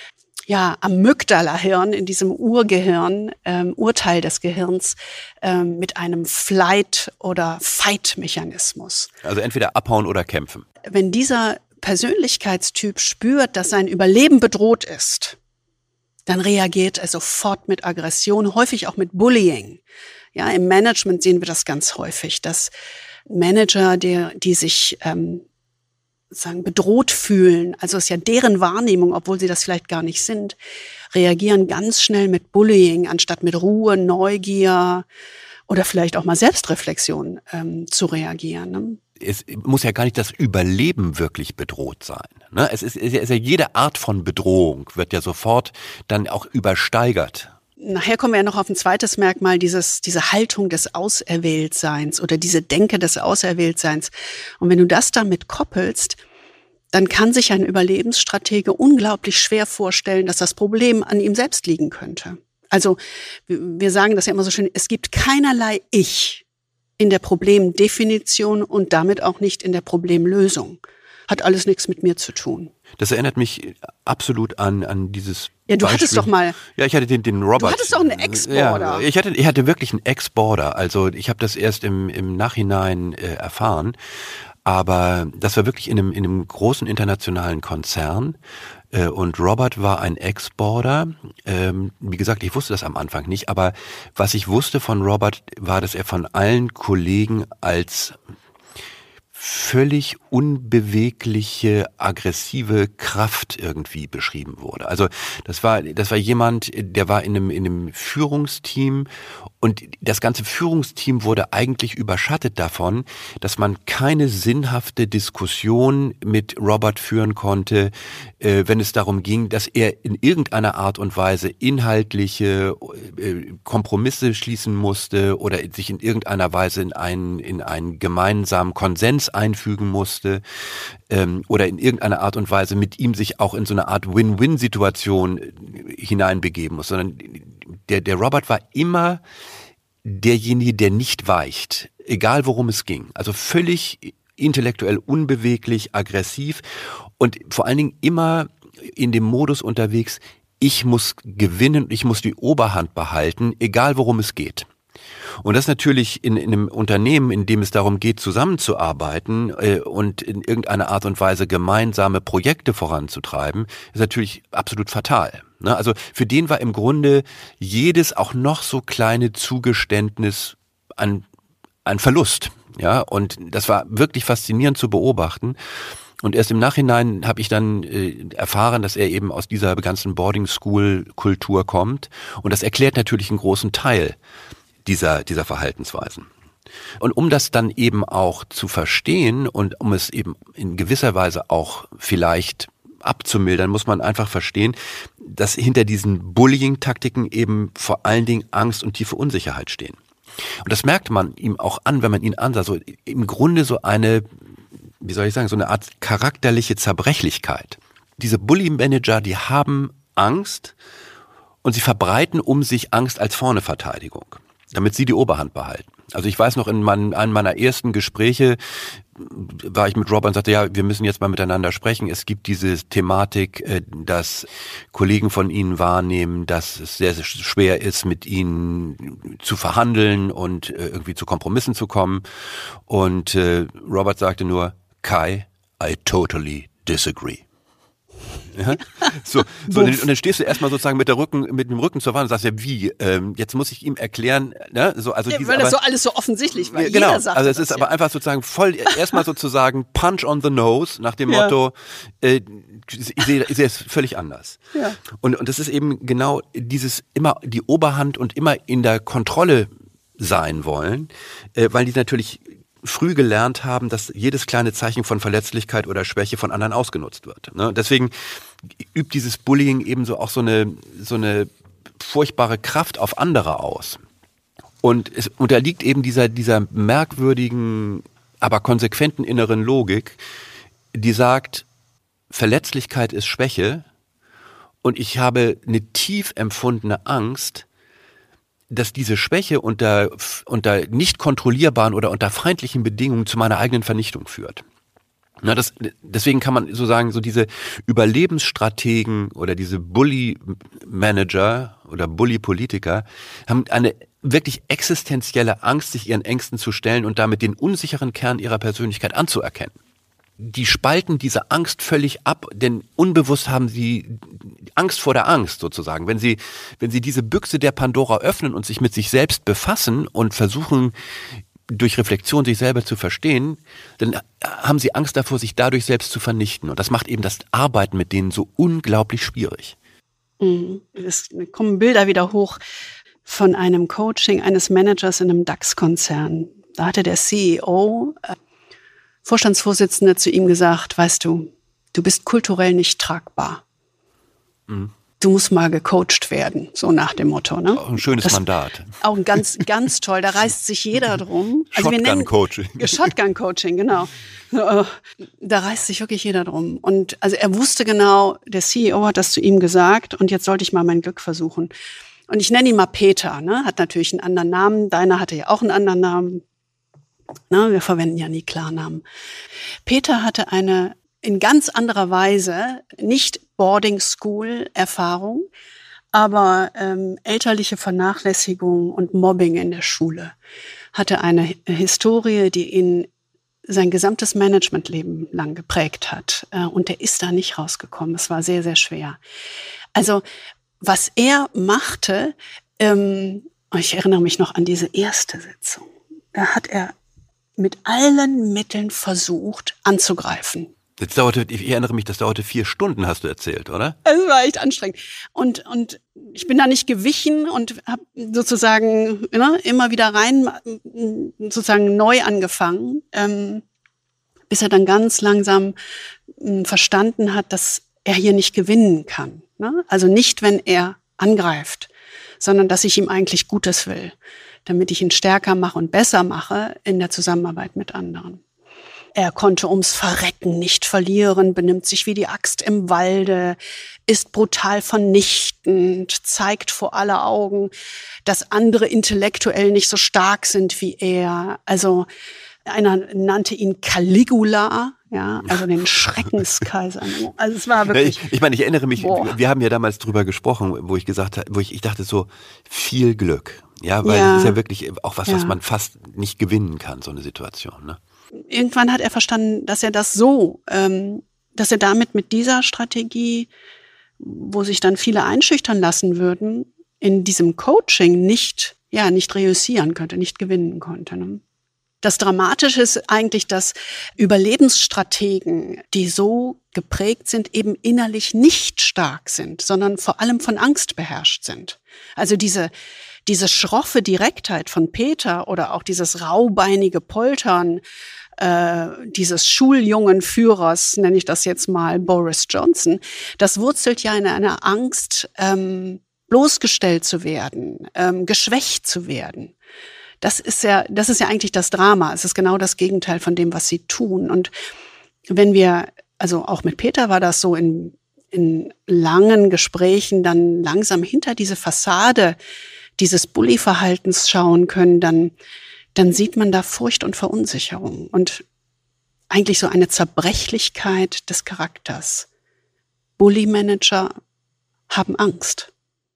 ja, Amygdala-Hirn, in diesem Urgehirn, ähm, Urteil des Gehirns, ähm, mit einem Flight- oder Fight-Mechanismus. Also entweder abhauen oder kämpfen. Wenn dieser Persönlichkeitstyp spürt, dass sein Überleben bedroht ist, dann reagiert er sofort mit Aggression, häufig auch mit Bullying. Ja, im Management sehen wir das ganz häufig, dass Manager, die, die sich ähm, sagen, bedroht fühlen, also es ist ja deren Wahrnehmung, obwohl sie das vielleicht gar nicht sind, reagieren ganz schnell mit Bullying, anstatt mit Ruhe, Neugier oder vielleicht auch mal Selbstreflexion ähm, zu reagieren. Ne? Es muss ja gar nicht das Überleben wirklich bedroht sein. Ne? Es ist, es ist ja jede Art von Bedrohung wird ja sofort dann auch übersteigert. Nachher kommen wir ja noch auf ein zweites Merkmal, dieses, diese Haltung des Auserwähltseins oder diese Denke des Auserwähltseins. Und wenn du das damit koppelst, dann kann sich ein Überlebensstratege unglaublich schwer vorstellen, dass das Problem an ihm selbst liegen könnte. Also wir sagen das ja immer so schön, es gibt keinerlei Ich in der Problemdefinition und damit auch nicht in der Problemlösung. Hat alles nichts mit mir zu tun. Das erinnert mich absolut an, an dieses Ja, du Beispiel. hattest doch mal... Ja, ich hatte den, den Robert. Du hattest doch einen Ex-Border. Ja, ich hatte, ich hatte wirklich einen Ex-Border. Also ich habe das erst im, im Nachhinein äh, erfahren. Aber das war wirklich in einem, in einem großen internationalen Konzern. Äh, und Robert war ein Ex-Border. Ähm, wie gesagt, ich wusste das am Anfang nicht. Aber was ich wusste von Robert, war, dass er von allen Kollegen als völlig unbewegliche, aggressive Kraft irgendwie beschrieben wurde. Also das war, das war jemand, der war in einem, in einem Führungsteam und das ganze Führungsteam wurde eigentlich überschattet davon, dass man keine sinnhafte Diskussion mit Robert führen konnte, äh, wenn es darum ging, dass er in irgendeiner Art und Weise inhaltliche äh, Kompromisse schließen musste oder sich in irgendeiner Weise in einen, in einen gemeinsamen Konsens einfügen musste ähm, oder in irgendeiner Art und Weise mit ihm sich auch in so eine Art Win-Win-Situation hineinbegeben muss, sondern der, der Robert war immer derjenige, der nicht weicht, egal worum es ging. Also völlig intellektuell unbeweglich, aggressiv und vor allen Dingen immer in dem Modus unterwegs, ich muss gewinnen, ich muss die Oberhand behalten, egal worum es geht. Und das natürlich in, in einem Unternehmen, in dem es darum geht, zusammenzuarbeiten äh, und in irgendeiner Art und Weise gemeinsame Projekte voranzutreiben, ist natürlich absolut fatal. Ne? Also für den war im Grunde jedes auch noch so kleine Zugeständnis ein, ein Verlust. Ja, und das war wirklich faszinierend zu beobachten. Und erst im Nachhinein habe ich dann äh, erfahren, dass er eben aus dieser ganzen Boarding-School-Kultur kommt. Und das erklärt natürlich einen großen Teil dieser, dieser Verhaltensweisen. Und um das dann eben auch zu verstehen und um es eben in gewisser Weise auch vielleicht abzumildern, muss man einfach verstehen, dass hinter diesen Bullying-Taktiken eben vor allen Dingen Angst und tiefe Unsicherheit stehen. Und das merkt man ihm auch an, wenn man ihn ansah. So im Grunde so eine, wie soll ich sagen, so eine Art charakterliche Zerbrechlichkeit. Diese Bully-Manager, die haben Angst und sie verbreiten um sich Angst als Vorne-Verteidigung, damit sie die Oberhand behalten. Also ich weiß noch, in meinen, einem meiner ersten Gespräche war ich mit Robert und sagte, ja, wir müssen jetzt mal miteinander sprechen. Es gibt diese Thematik, dass Kollegen von Ihnen wahrnehmen, dass es sehr, sehr schwer ist, mit Ihnen zu verhandeln und irgendwie zu Kompromissen zu kommen. Und Robert sagte nur, Kai, I totally disagree. Ja? So, so und, dann, und dann stehst du erstmal sozusagen mit der Rücken, mit dem Rücken zur Wand und sagst ja, wie, ähm, jetzt muss ich ihm erklären, ne? So, also ja, diese, weil das aber, so alles so offensichtlich war. Ja, genau, jeder sagt also es das, ist ja. aber einfach sozusagen voll, erstmal sozusagen Punch on the nose, nach dem Ja. Motto, äh, ich sehe ich sehe es völlig anders. Ja. Und, und das ist eben genau dieses immer die Oberhand und immer in der Kontrolle sein wollen, äh, weil die natürlich früh gelernt haben, dass jedes kleine Zeichen von Verletzlichkeit oder Schwäche von anderen ausgenutzt wird. Ne? Deswegen übt dieses Bullying eben so auch so eine, so eine furchtbare Kraft auf andere aus. Und es unterliegt eben dieser, dieser merkwürdigen, aber konsequenten inneren Logik, die sagt, Verletzlichkeit ist Schwäche und ich habe eine tief empfundene Angst, dass diese Schwäche unter, unter nicht kontrollierbaren oder unter feindlichen Bedingungen zu meiner eigenen Vernichtung führt. Na, das, deswegen kann man so sagen, so diese Überlebensstrategen oder diese Bully-Manager oder Bully-Politiker haben eine wirklich existenzielle Angst, sich ihren Ängsten zu stellen und damit den unsicheren Kern ihrer Persönlichkeit anzuerkennen. Die spalten diese Angst völlig ab, denn unbewusst haben sie Angst vor der Angst sozusagen. Wenn sie, wenn sie diese Büchse der Pandora öffnen und sich mit sich selbst befassen und versuchen, durch Reflexion sich selber zu verstehen, dann haben sie Angst davor, sich dadurch selbst zu vernichten. Und das macht eben das Arbeiten mit denen so unglaublich schwierig. Es kommen Bilder wieder hoch von einem Coaching eines Managers in einem DAX-Konzern. Da hatte der C E O, äh, Vorstandsvorsitzende, zu ihm gesagt, weißt du, du bist kulturell nicht tragbar. Mhm. Du musst mal gecoacht werden, so nach dem Motto. Ne? Auch ein schönes das, Mandat. Auch ein ganz, ganz toll, da reißt sich jeder drum. Also Shotgun-Coaching. Shotgun-Coaching, genau. Da reißt sich wirklich jeder drum. Und also er wusste genau, der C E O hat das zu ihm gesagt und jetzt sollte ich mal mein Glück versuchen. Und ich nenne ihn mal Peter, ne? Hat natürlich einen anderen Namen. Deiner hatte ja auch einen anderen Namen. Na, wir verwenden ja nie Klarnamen. Peter hatte eine in ganz anderer Weise, nicht Boarding School Erfahrung, aber ähm, elterliche Vernachlässigung und Mobbing in der Schule. Hatte eine Historie, die ihn sein gesamtes Managementleben lang geprägt hat. Äh, und der ist da nicht rausgekommen. Es war sehr, sehr schwer. Also was er machte, ähm, ich erinnere mich noch an diese erste Sitzung, da hat er mit allen Mitteln versucht anzugreifen. Jetzt dauerte, ich erinnere mich, das dauerte vier Stunden, hast du erzählt, oder? Es war echt anstrengend. Und, und ich bin da nicht gewichen und habe sozusagen ne, immer wieder rein, sozusagen neu angefangen, ähm, bis er dann ganz langsam äh, verstanden hat, dass er hier nicht gewinnen kann. Ne? Also nicht, wenn er angreift, sondern dass ich ihm eigentlich Gutes will, damit ich ihn stärker mache und besser mache in der Zusammenarbeit mit anderen. Er konnte ums Verrecken nicht verlieren, benimmt sich wie die Axt im Walde, ist brutal vernichtend, zeigt vor aller Augen, dass andere intellektuell nicht so stark sind wie er. Also einer nannte ihn Caligula, ja, also den Schreckenskaiser. Also es war wirklich. Ich, ich meine, ich erinnere mich, boah. wir haben ja damals drüber gesprochen, wo ich gesagt habe, wo ich, ich dachte so, viel Glück. Ja, weil Ja. es ist ja wirklich auch was, Ja. was man fast nicht gewinnen kann, so eine Situation, ne? Irgendwann hat er verstanden, dass er das so, ähm, dass er damit mit dieser Strategie, wo sich dann viele einschüchtern lassen würden, in diesem Coaching nicht, ja, nicht reüssieren könnte, nicht gewinnen konnte. Ne? Das Dramatische ist eigentlich, dass Überlebensstrategen, die so geprägt sind, eben innerlich nicht stark sind, sondern vor allem von Angst beherrscht sind. Also diese, diese schroffe Direktheit von Peter oder auch dieses raubeinige Poltern äh, dieses schuljungen Führers, nenne ich das jetzt mal, Boris Johnson, das wurzelt ja in einer Angst, ähm, bloßgestellt zu werden, ähm, geschwächt zu werden. Das ist ja, das ist ja eigentlich das Drama. Es ist genau das Gegenteil von dem, was sie tun. Und wenn wir, also auch mit Peter war das so, in, in langen Gesprächen dann langsam hinter diese Fassade dieses Bully-Verhaltens schauen können, dann, dann sieht man da Furcht und Verunsicherung und eigentlich so eine Zerbrechlichkeit des Charakters. Bully-Manager haben Angst.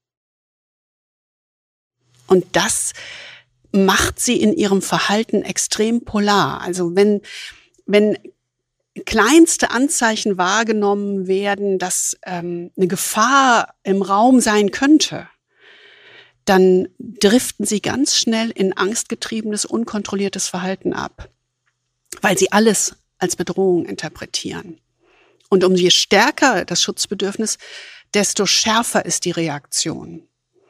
Und das macht sie in ihrem Verhalten extrem polar. Also wenn, wenn kleinste Anzeichen wahrgenommen werden, dass ähm, eine Gefahr im Raum sein könnte, dann driften sie ganz schnell in angstgetriebenes, unkontrolliertes Verhalten ab, weil sie alles als Bedrohung interpretieren. Und umso stärker das Schutzbedürfnis, desto schärfer ist die Reaktion.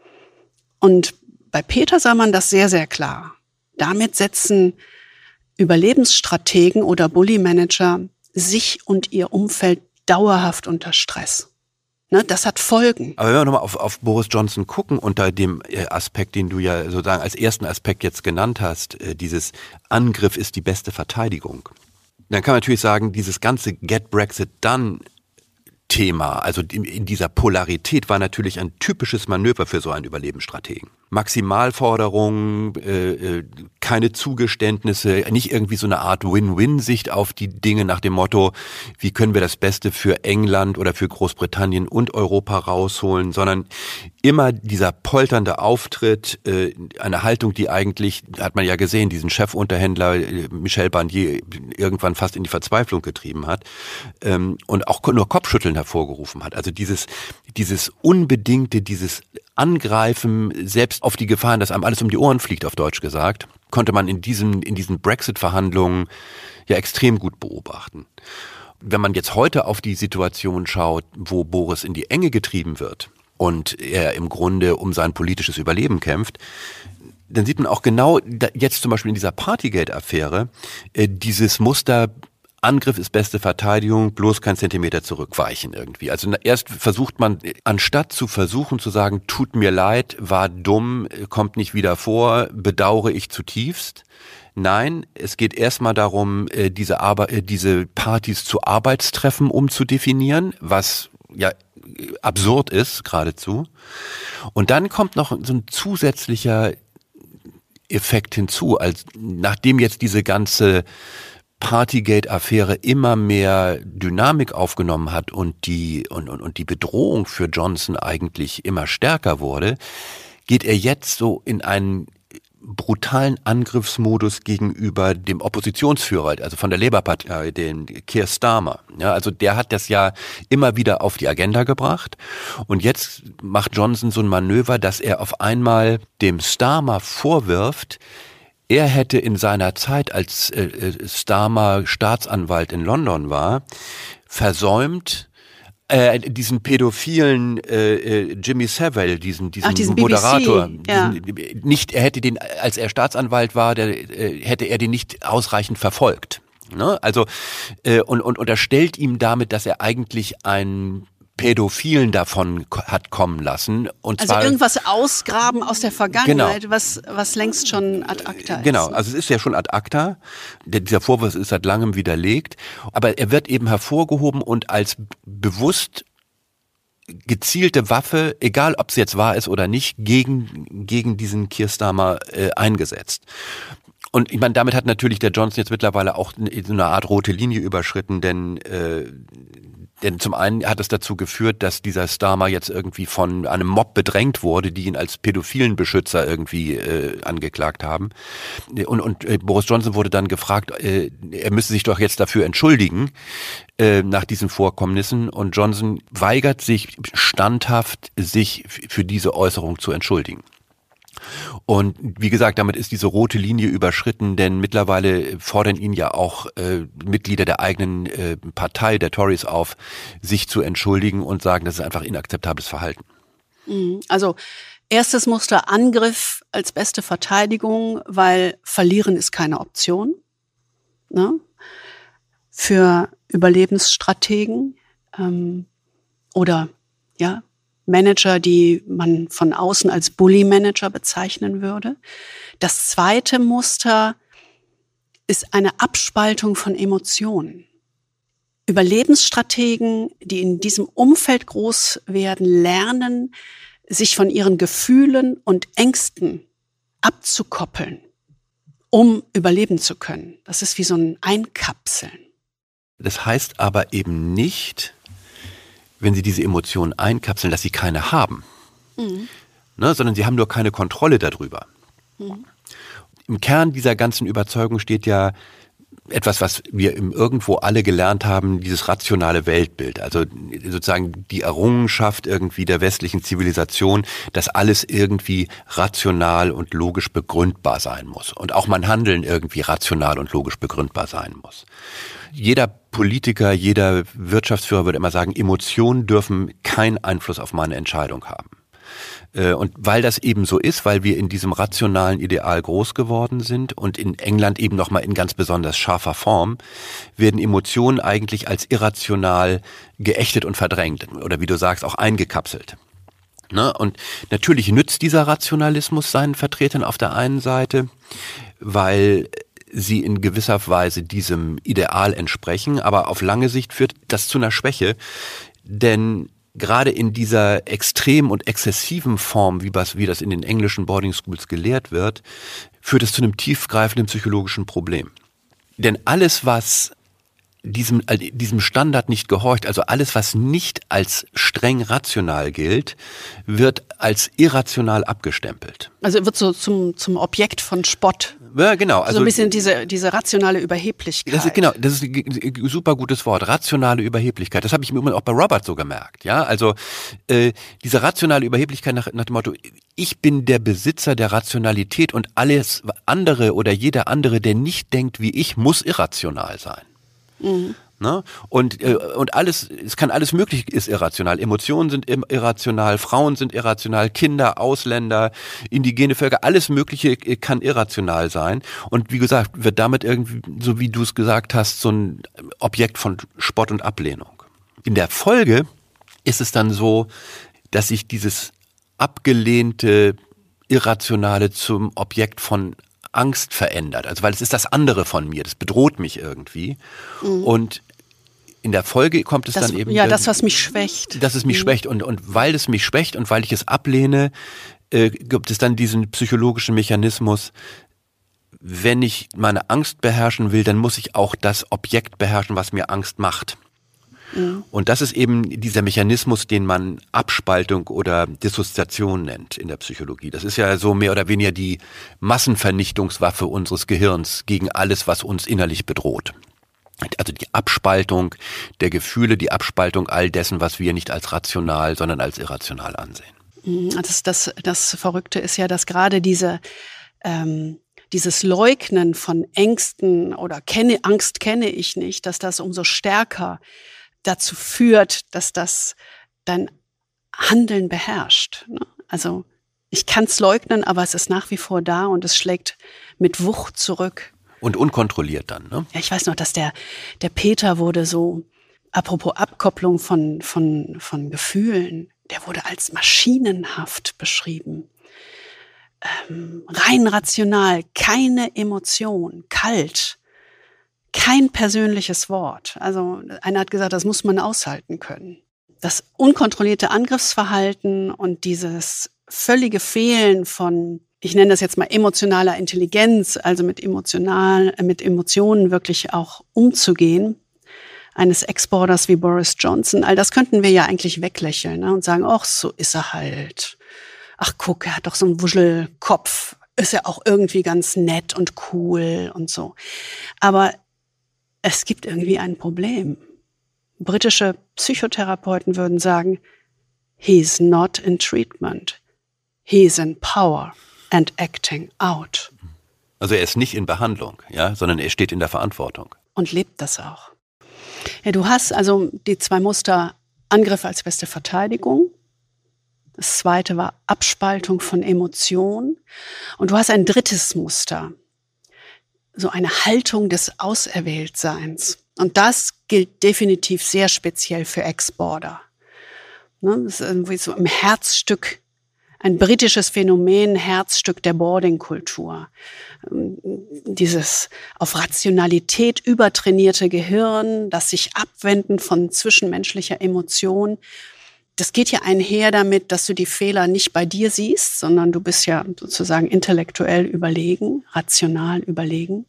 Und bei Peter sah man das sehr, sehr klar. Damit setzen Überlebensstrategen oder Bully-Manager sich und ihr Umfeld dauerhaft unter Stress. Ne, das hat Folgen. Aber wenn wir nochmal auf, auf Boris Johnson gucken, unter dem Aspekt, den du ja sozusagen als ersten Aspekt jetzt genannt hast, dieses Angriff ist die beste Verteidigung. Dann kann man natürlich sagen, dieses ganze Get Brexit Done Thema, also in dieser Polarität, war natürlich ein typisches Manöver für so einen Überlebensstrategen. Maximalforderungen, äh, keine Zugeständnisse, nicht irgendwie so eine Art Win-Win-Sicht auf die Dinge nach dem Motto, wie können wir das Beste für England oder für Großbritannien und Europa rausholen, sondern immer dieser polternde Auftritt, äh, eine Haltung, die eigentlich, hat man ja gesehen, diesen Chefunterhändler äh, Michel Barnier irgendwann fast in die Verzweiflung getrieben hat, ähm, und auch nur Kopfschütteln hervorgerufen hat. Also dieses, dieses unbedingte, dieses Angreifen, selbst auf die Gefahren, dass einem alles um die Ohren fliegt, auf Deutsch gesagt, konnte man in diesen, in diesen Brexit-Verhandlungen ja extrem gut beobachten. Wenn man jetzt heute auf die Situation schaut, wo Boris in die Enge getrieben wird und er im Grunde um sein politisches Überleben kämpft, dann sieht man auch genau jetzt zum Beispiel in dieser Partygate-Affäre äh, dieses Muster, Angriff ist beste Verteidigung, bloß kein Zentimeter zurückweichen irgendwie. Also erst versucht man, anstatt zu versuchen zu sagen, tut mir leid, war dumm, kommt nicht wieder vor, bedauere ich zutiefst. Nein, es geht erstmal darum, diese, Arbe- diese Partys zu Arbeitstreffen umzudefinieren, was ja absurd ist geradezu. Und dann kommt noch so ein zusätzlicher Effekt hinzu, als nachdem jetzt diese ganze Partygate-Affäre immer mehr Dynamik aufgenommen hat und die, und, und, und die Bedrohung für Johnson eigentlich immer stärker wurde, geht er jetzt so in einen brutalen Angriffsmodus gegenüber dem Oppositionsführer, also von der Labour-Partei, den Keir Starmer. Ja, also der hat das ja immer wieder auf die Agenda gebracht und jetzt macht Johnson so ein Manöver, dass er auf einmal dem Starmer vorwirft, er hätte in seiner Zeit, als äh, Starmer Staatsanwalt in London war, versäumt, äh, diesen pädophilen äh, Jimmy Savile, diesen, diesen, Ach, diesen Moderator, B B C, ja. diesen, nicht, er hätte den, als er Staatsanwalt war, der, äh, hätte er den nicht ausreichend verfolgt. Ne? Also äh, und, und unterstellt ihm damit, dass er eigentlich ein Pädophilen davon hat kommen lassen. Und also zwar, irgendwas ausgraben aus der Vergangenheit, genau. was, was längst schon ad acta ist. Genau, also es ist ja schon ad acta. Der, dieser Vorwurf ist seit langem widerlegt. Aber er wird eben hervorgehoben und als bewusst gezielte Waffe, egal ob es jetzt wahr ist oder nicht, gegen, gegen diesen Keir Starmer äh, eingesetzt. Und ich meine, damit hat natürlich der Johnson jetzt mittlerweile auch so eine Art rote Linie überschritten, denn äh, Denn zum einen hat es dazu geführt, dass dieser Starmer jetzt irgendwie von einem Mob bedrängt wurde, die ihn als pädophilen Beschützer irgendwie äh, angeklagt haben. Und, und äh, Boris Johnson wurde dann gefragt, äh, er müsse sich doch jetzt dafür entschuldigen äh, nach diesen Vorkommnissen. Und Johnson weigert sich standhaft, sich f- für diese Äußerung zu entschuldigen. Und wie gesagt, damit ist diese rote Linie überschritten, denn mittlerweile fordern ihn ja auch äh, Mitglieder der eigenen äh, Partei, der Tories, auf, sich zu entschuldigen und sagen, das ist einfach inakzeptables Verhalten. Also erstes Muster Angriff als beste Verteidigung, weil verlieren ist keine Option. ne? Für Überlebensstrategen ähm, oder ja Manager, die man von außen als Bully-Manager bezeichnen würde. Das zweite Muster ist eine Abspaltung von Emotionen. Überlebensstrategen, die in diesem Umfeld groß werden, lernen, sich von ihren Gefühlen und Ängsten abzukoppeln, um überleben zu können. Das ist wie so ein Einkapseln. Das heißt aber eben nicht, wenn sie diese Emotionen einkapseln, dass sie keine haben, mhm. ne, sondern sie haben nur keine Kontrolle darüber. Mhm. Im Kern dieser ganzen Überzeugung steht ja etwas, was wir im irgendwo alle gelernt haben, dieses rationale Weltbild. Also sozusagen die Errungenschaft irgendwie der westlichen Zivilisation, dass alles irgendwie rational und logisch begründbar sein muss. Und auch mein Handeln irgendwie rational und logisch begründbar sein muss. Jeder Politiker, jeder Wirtschaftsführer würde immer sagen, Emotionen dürfen keinen Einfluss auf meine Entscheidung haben. Und weil das eben so ist, weil wir in diesem rationalen Ideal groß geworden sind und in England eben nochmal in ganz besonders scharfer Form, werden Emotionen eigentlich als irrational geächtet und verdrängt oder wie du sagst, auch eingekapselt. Ne? Und natürlich nützt dieser Rationalismus seinen Vertretern auf der einen Seite, weil sie in gewisser Weise diesem Ideal entsprechen, aber auf lange Sicht führt das zu einer Schwäche, denn gerade in dieser extremen und exzessiven Form, wie das, wie das in den englischen Boarding Schools gelehrt wird, führt es zu einem tiefgreifenden psychologischen Problem. Denn alles, was diesem, diesem Standard nicht gehorcht, also alles, was nicht als streng rational gilt, wird als irrational abgestempelt. Also wird so zum, zum Objekt von Spott. Ja, genau. Also so ein bisschen diese, diese rationale Überheblichkeit. Das ist, genau, das ist ein super gutes Wort, rationale Überheblichkeit. Das habe ich mir auch bei Robert so gemerkt. Ja, also äh, diese rationale Überheblichkeit nach, nach dem Motto, ich bin der Besitzer der Rationalität und alles andere oder jeder andere, der nicht denkt wie ich, muss irrational sein. Mhm. Ne? Und, äh, und alles, es kann alles möglich, ist irrational. Emotionen sind irrational, Frauen sind irrational, Kinder, Ausländer, indigene Völker, alles Mögliche kann irrational sein. Und wie gesagt, wird damit irgendwie, so wie du es gesagt hast, so ein Objekt von Spott und Ablehnung. In der Folge ist es dann so, dass sich dieses abgelehnte, irrationale zum Objekt von Angst verändert. Also weil es ist das andere von mir, das bedroht mich irgendwie. Mhm. Und in der Folge kommt es das, dann eben... Ja, das, was mich schwächt. Dass es mich mhm. schwächt. Und, und weil es mich schwächt und weil ich es ablehne, äh, gibt es dann diesen psychologischen Mechanismus, wenn ich meine Angst beherrschen will, dann muss ich auch das Objekt beherrschen, was mir Angst macht. Mhm. Und das ist eben dieser Mechanismus, den man Abspaltung oder Dissoziation nennt in der Psychologie. Das ist ja so mehr oder weniger die Massenvernichtungswaffe unseres Gehirns gegen alles, was uns innerlich bedroht. Also die Abspaltung der Gefühle, die Abspaltung all dessen, was wir nicht als rational, sondern als irrational ansehen. Das, das, das Verrückte ist ja, dass gerade diese, ähm, dieses Leugnen von Ängsten oder kenne, Angst kenne ich nicht, dass das umso stärker dazu führt, dass das dein Handeln beherrscht. Ne? Also ich kann es leugnen, aber es ist nach wie vor da und es schlägt mit Wucht zurück. Und unkontrolliert dann, ne? Ja, ich weiß noch, dass der, der Peter wurde so, apropos Abkopplung von, von, von Gefühlen, der wurde als maschinenhaft beschrieben. Ähm, rein rational, keine Emotion, kalt, kein persönliches Wort. Also einer hat gesagt, das muss man aushalten können. Das unkontrollierte Angriffsverhalten und dieses völlige Fehlen von, ich nenne das jetzt mal emotionaler Intelligenz, also mit emotional, mit Emotionen wirklich auch umzugehen, eines Exporters wie Boris Johnson, all das könnten wir ja eigentlich weglächeln, ne, und sagen, ach, so ist er halt. Ach, guck, er hat doch so einen Wuschelkopf, ist ja auch irgendwie ganz nett und cool und so. Aber es gibt irgendwie ein Problem. Britische Psychotherapeuten würden sagen, he's not in treatment, he's in power and acting out. Also er ist nicht in Behandlung, ja, sondern er steht in der Verantwortung. Und lebt das auch. Ja, du hast also die zwei Muster, Angriff als beste Verteidigung. Das zweite war Abspaltung von Emotionen. Und du hast ein drittes Muster. so eine Haltung des Auserwähltseins. Und das gilt definitiv sehr speziell für Ex-Border. Ne, das ist irgendwie so im Herzstück, ein britisches Phänomen, Herzstück der Boarding-Kultur. Dieses auf Rationalität übertrainierte Gehirn, das sich abwenden von zwischenmenschlicher Emotion. Das geht ja einher damit, dass du die Fehler nicht bei dir siehst, sondern du bist ja sozusagen intellektuell überlegen, rational überlegen.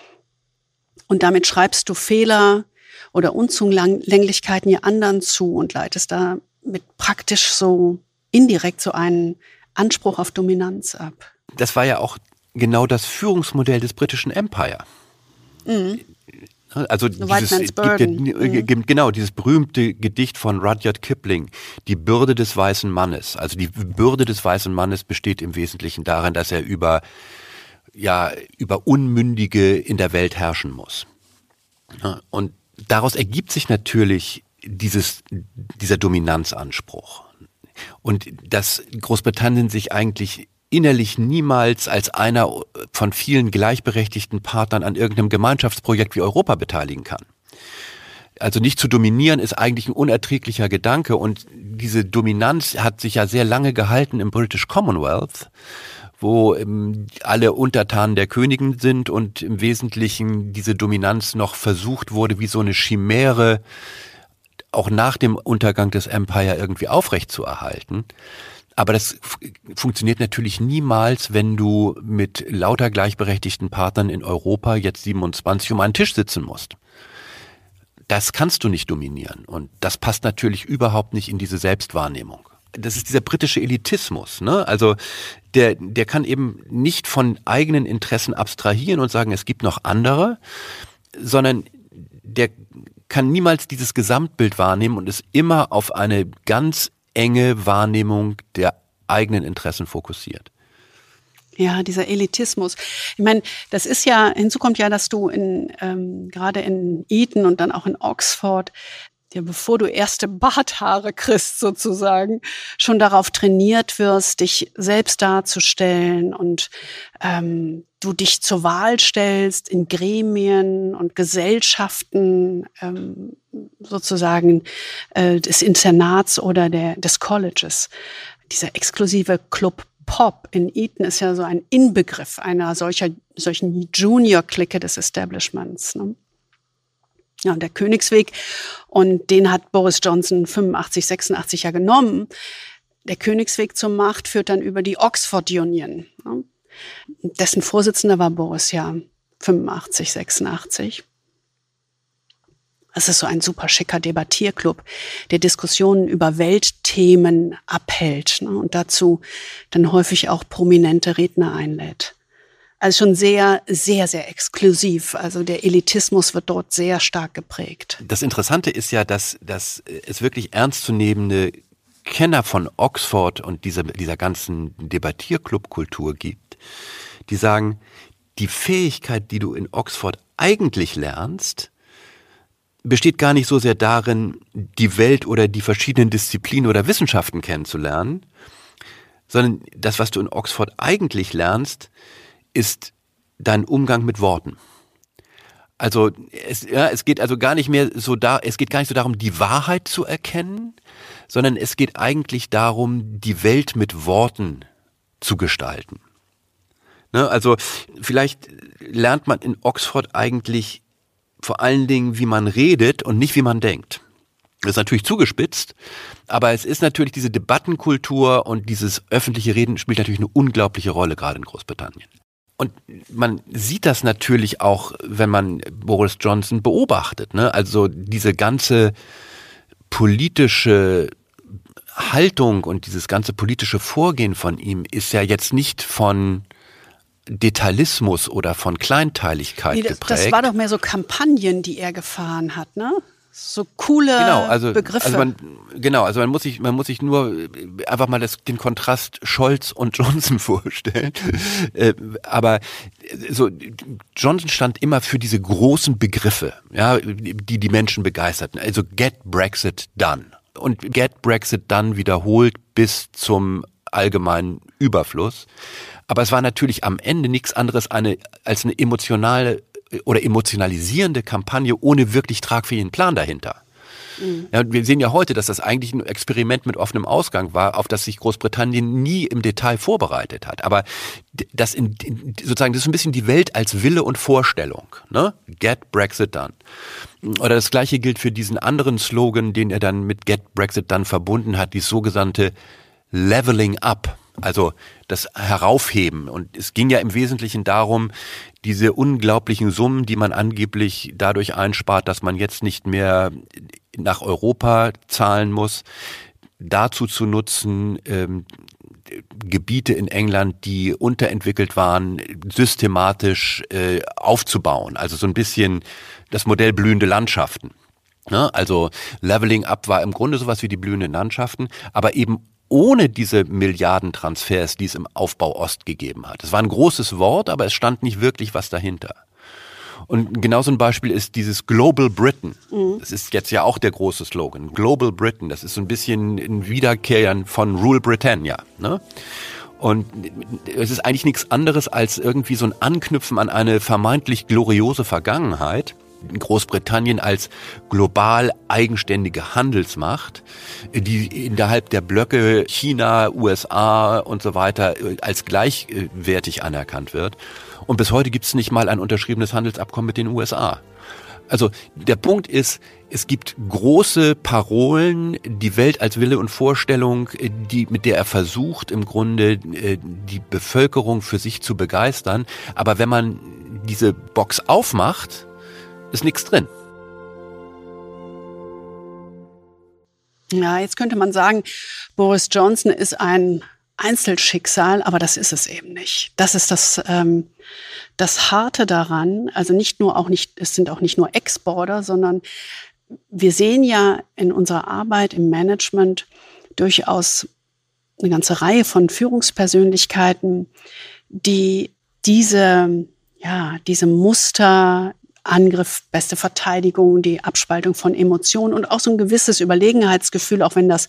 Und damit schreibst du Fehler oder Unzulänglichkeiten ja anderen zu und leitest damit praktisch so indirekt so einen Anspruch auf Dominanz ab. Das war ja auch genau das Führungsmodell des britischen Empire. Mhm. Also dieses, Man's Burden. Mhm. Genau, dieses berühmte Gedicht von Rudyard Kipling, die Bürde des weißen Mannes. Also die Bürde des weißen Mannes besteht im Wesentlichen darin, dass er über, ja, über Unmündige in der Welt herrschen muss. Und daraus ergibt sich natürlich dieses, dieser Dominanzanspruch. Und dass Großbritannien sich eigentlich innerlich niemals als einer von vielen gleichberechtigten Partnern an irgendeinem Gemeinschaftsprojekt wie Europa beteiligen kann. Also nicht zu dominieren ist eigentlich ein unerträglicher Gedanke und diese Dominanz hat sich ja sehr lange gehalten im British Commonwealth, wo ähm, alle Untertanen der Königin sind und im Wesentlichen diese Dominanz noch versucht wurde, wie so eine Chimäre auch nach dem Untergang des Empire irgendwie aufrechtzuerhalten. Aber das f- funktioniert natürlich niemals, wenn du mit lauter gleichberechtigten Partnern in Europa, jetzt siebenundzwanzig, um einen Tisch sitzen musst. Das kannst du nicht dominieren. Und das passt natürlich überhaupt nicht in diese Selbstwahrnehmung. Das ist dieser britische Elitismus, ne? Also der, der kann eben nicht von eigenen Interessen abstrahieren und sagen, es gibt noch andere, sondern der kann niemals dieses Gesamtbild wahrnehmen und ist immer auf eine ganz enge Wahrnehmung der eigenen Interessen fokussiert. Ja, dieser Elitismus. Ich meine, das ist ja, hinzu kommt ja, dass du in ähm, gerade in Eton und dann auch in Oxford, ja, bevor du erste Barthaare kriegst sozusagen, schon darauf trainiert wirst, dich selbst darzustellen und ähm, du dich zur Wahl stellst in Gremien und Gesellschaften ähm, sozusagen äh, des Internats oder der, des Colleges. Dieser exklusive Club Pop in Eton ist ja so ein Inbegriff einer solcher, solchen Junior-Clique des Establishments, ne? Ja, und der Königsweg, und den hat Boris Johnson fünfundachtzig, sechsundachtzig ja genommen. Der Königsweg zur Macht führt dann über die Oxford Union, ne? Dessen Vorsitzender war Boris ja fünfundachtzig, sechsundachtzig. Es ist so ein super schicker Debattierclub, der Diskussionen über Weltthemen abhält, ne, und dazu dann häufig auch prominente Redner einlädt. Also schon sehr, sehr, sehr exklusiv. Also der Elitismus wird dort sehr stark geprägt. Das Interessante ist ja, dass, dass es wirklich ernstzunehmende Kenner von Oxford und dieser, dieser ganzen Debattierclub-Kultur gibt, die sagen, die Fähigkeit, die du in Oxford eigentlich lernst, besteht gar nicht so sehr darin, die Welt oder die verschiedenen Disziplinen oder Wissenschaften kennenzulernen, sondern das, was du in Oxford eigentlich lernst, ist dein Umgang mit Worten. Also es, ja, es geht also gar nicht mehr so da, es geht gar nicht so darum, die Wahrheit zu erkennen, sondern es geht eigentlich darum, die Welt mit Worten zu gestalten. Ne, also vielleicht lernt man in Oxford eigentlich vor allen Dingen, wie man redet und nicht, wie man denkt. Das ist natürlich zugespitzt, aber es ist natürlich diese Debattenkultur und dieses öffentliche Reden spielt natürlich eine unglaubliche Rolle, gerade in Großbritannien. Und man sieht das natürlich auch, wenn man Boris Johnson beobachtet, ne? Also diese ganze politische Haltung und dieses ganze politische Vorgehen von ihm ist ja jetzt nicht von Detailismus oder von Kleinteiligkeit nee, das, geprägt. Das war doch mehr so Kampagnen, die er gefahren hat, ne? So coole genau, also, Begriffe. Also man, genau, also man muss sich, man muss sich nur einfach mal das, den Kontrast Scholz und Johnson vorstellen. äh, aber so Johnson stand immer für diese großen Begriffe, ja, die die Menschen begeisterten. Also get Brexit done. Und get Brexit done wiederholt bis zum allgemeinen Überfluss. Aber es war natürlich am Ende nichts anderes eine, als eine emotionale oder emotionalisierende Kampagne ohne wirklich tragfähigen Plan dahinter. Mhm. Ja, wir sehen ja heute, dass das eigentlich ein Experiment mit offenem Ausgang war, auf das sich Großbritannien nie im Detail vorbereitet hat. Aber das, in, sozusagen, das ist ein bisschen die Welt als Wille und Vorstellung. Ne? Get Brexit done. Oder das Gleiche gilt für diesen anderen Slogan, den er dann mit Get Brexit done verbunden hat, die sogenannte Leveling Up. Also das Heraufheben. Und es ging ja im Wesentlichen darum, diese unglaublichen Summen, die man angeblich dadurch einspart, dass man jetzt nicht mehr nach Europa zahlen muss, dazu zu nutzen, ähm, Gebiete in England, die unterentwickelt waren, systematisch äh, aufzubauen. Also so ein bisschen das Modell blühende Landschaften. Ne? Also Leveling Up war im Grunde sowas wie die blühenden Landschaften, aber eben ohne diese Milliardentransfers, die es im Aufbau Ost gegeben hat. Es war ein großes Wort, aber es stand nicht wirklich was dahinter. Und genau so ein Beispiel ist dieses Global Britain. Mhm. Das ist jetzt ja auch der große Slogan. Global Britain, das ist so ein bisschen ein Wiederkehren von Rule Britannia. Ne? Und es ist eigentlich nichts anderes als irgendwie so ein Anknüpfen an eine vermeintlich gloriose Vergangenheit. Großbritannien als global eigenständige Handelsmacht, die innerhalb der Blöcke China, U S A und so weiter als gleichwertig anerkannt wird. Und bis heute gibt es nicht mal ein unterschriebenes Handelsabkommen mit den U S A. Also der Punkt ist, es gibt große Parolen, die Welt als Wille und Vorstellung, die, mit der er versucht, im Grunde die Bevölkerung für sich zu begeistern. Aber wenn man diese Box aufmacht, ist nichts drin. Ja, jetzt könnte man sagen, Boris Johnson ist ein Einzelschicksal, aber das ist es eben nicht. Das ist das, ähm, das Harte daran. Also nicht nur auch nicht, es sind auch nicht nur Ex-Border, sondern wir sehen ja in unserer Arbeit im Management durchaus eine ganze Reihe von Führungspersönlichkeiten, die diese, ja, diese Muster, Angriff, beste Verteidigung, die Abspaltung von Emotionen und auch so ein gewisses Überlegenheitsgefühl, auch wenn das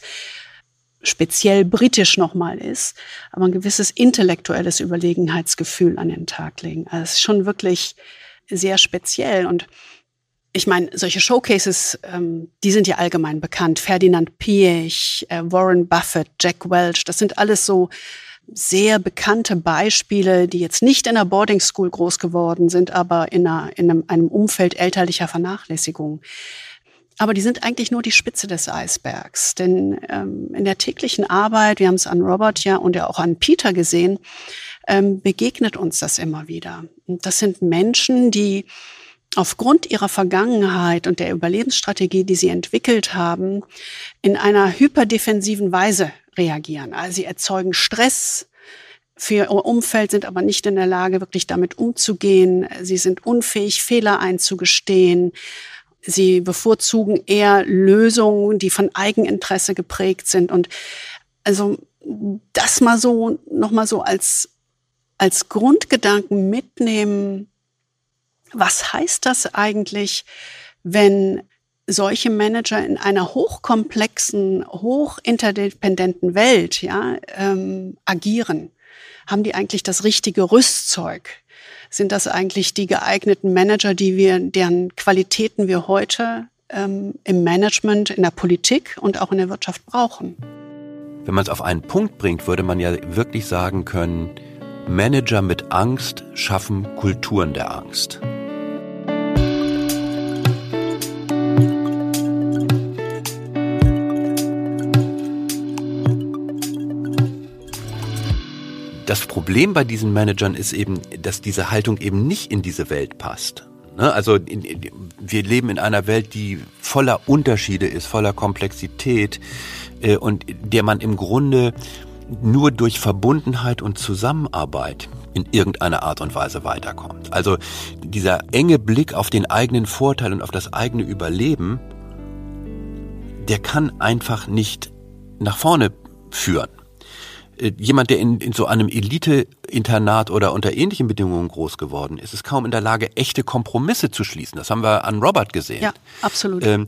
speziell britisch nochmal ist, aber ein gewisses intellektuelles Überlegenheitsgefühl an den Tag legen. Also es ist schon wirklich sehr speziell. Und ich meine, solche Showcases, ähm, die sind ja allgemein bekannt. Ferdinand Piëch, äh, Warren Buffett, Jack Welch, das sind alles so sehr bekannte Beispiele, die jetzt nicht in der Boarding School groß geworden sind, aber in, einer, in einem, einem Umfeld elterlicher Vernachlässigung. Aber die sind eigentlich nur die Spitze des Eisbergs. Denn ähm, in der täglichen Arbeit, wir haben es an Robert ja und ja auch an Peter gesehen, ähm, begegnet uns das immer wieder. Und das sind Menschen, die aufgrund ihrer Vergangenheit und der Überlebensstrategie, die sie entwickelt haben, in einer hyperdefensiven Weise reagieren. Also sie erzeugen Stress für ihr Umfeld, sind aber nicht in der Lage, wirklich damit umzugehen. Sie sind unfähig, Fehler einzugestehen. Sie bevorzugen eher Lösungen, die von Eigeninteresse geprägt sind. Und also das mal so, noch mal so als, als Grundgedanken mitnehmen. Was heißt das eigentlich, wenn solche Manager in einer hochkomplexen, hochinterdependenten Welt ja, ähm, agieren? Haben die eigentlich das richtige Rüstzeug? Sind das eigentlich die geeigneten Manager, die wir, deren Qualitäten wir heute ähm, im Management, in der Politik und auch in der Wirtschaft brauchen? Wenn man es auf einen Punkt bringt, würde man ja wirklich sagen können, Manager mit Angst schaffen Kulturen der Angst. Das Problem bei diesen Managern ist eben, dass diese Haltung eben nicht in diese Welt passt. Also in, in, wir leben in einer Welt, die voller Unterschiede ist, voller Komplexität äh, und der man im Grunde nur durch Verbundenheit und Zusammenarbeit in irgendeiner Art und Weise weiterkommt. Also dieser enge Blick auf den eigenen Vorteil und auf das eigene Überleben, der kann einfach nicht nach vorne führen. Jemand, der in, in so einem Elite-Internat oder unter ähnlichen Bedingungen groß geworden ist, ist kaum in der Lage, echte Kompromisse zu schließen. Das haben wir an Robert gesehen. Ja, absolut. Ähm,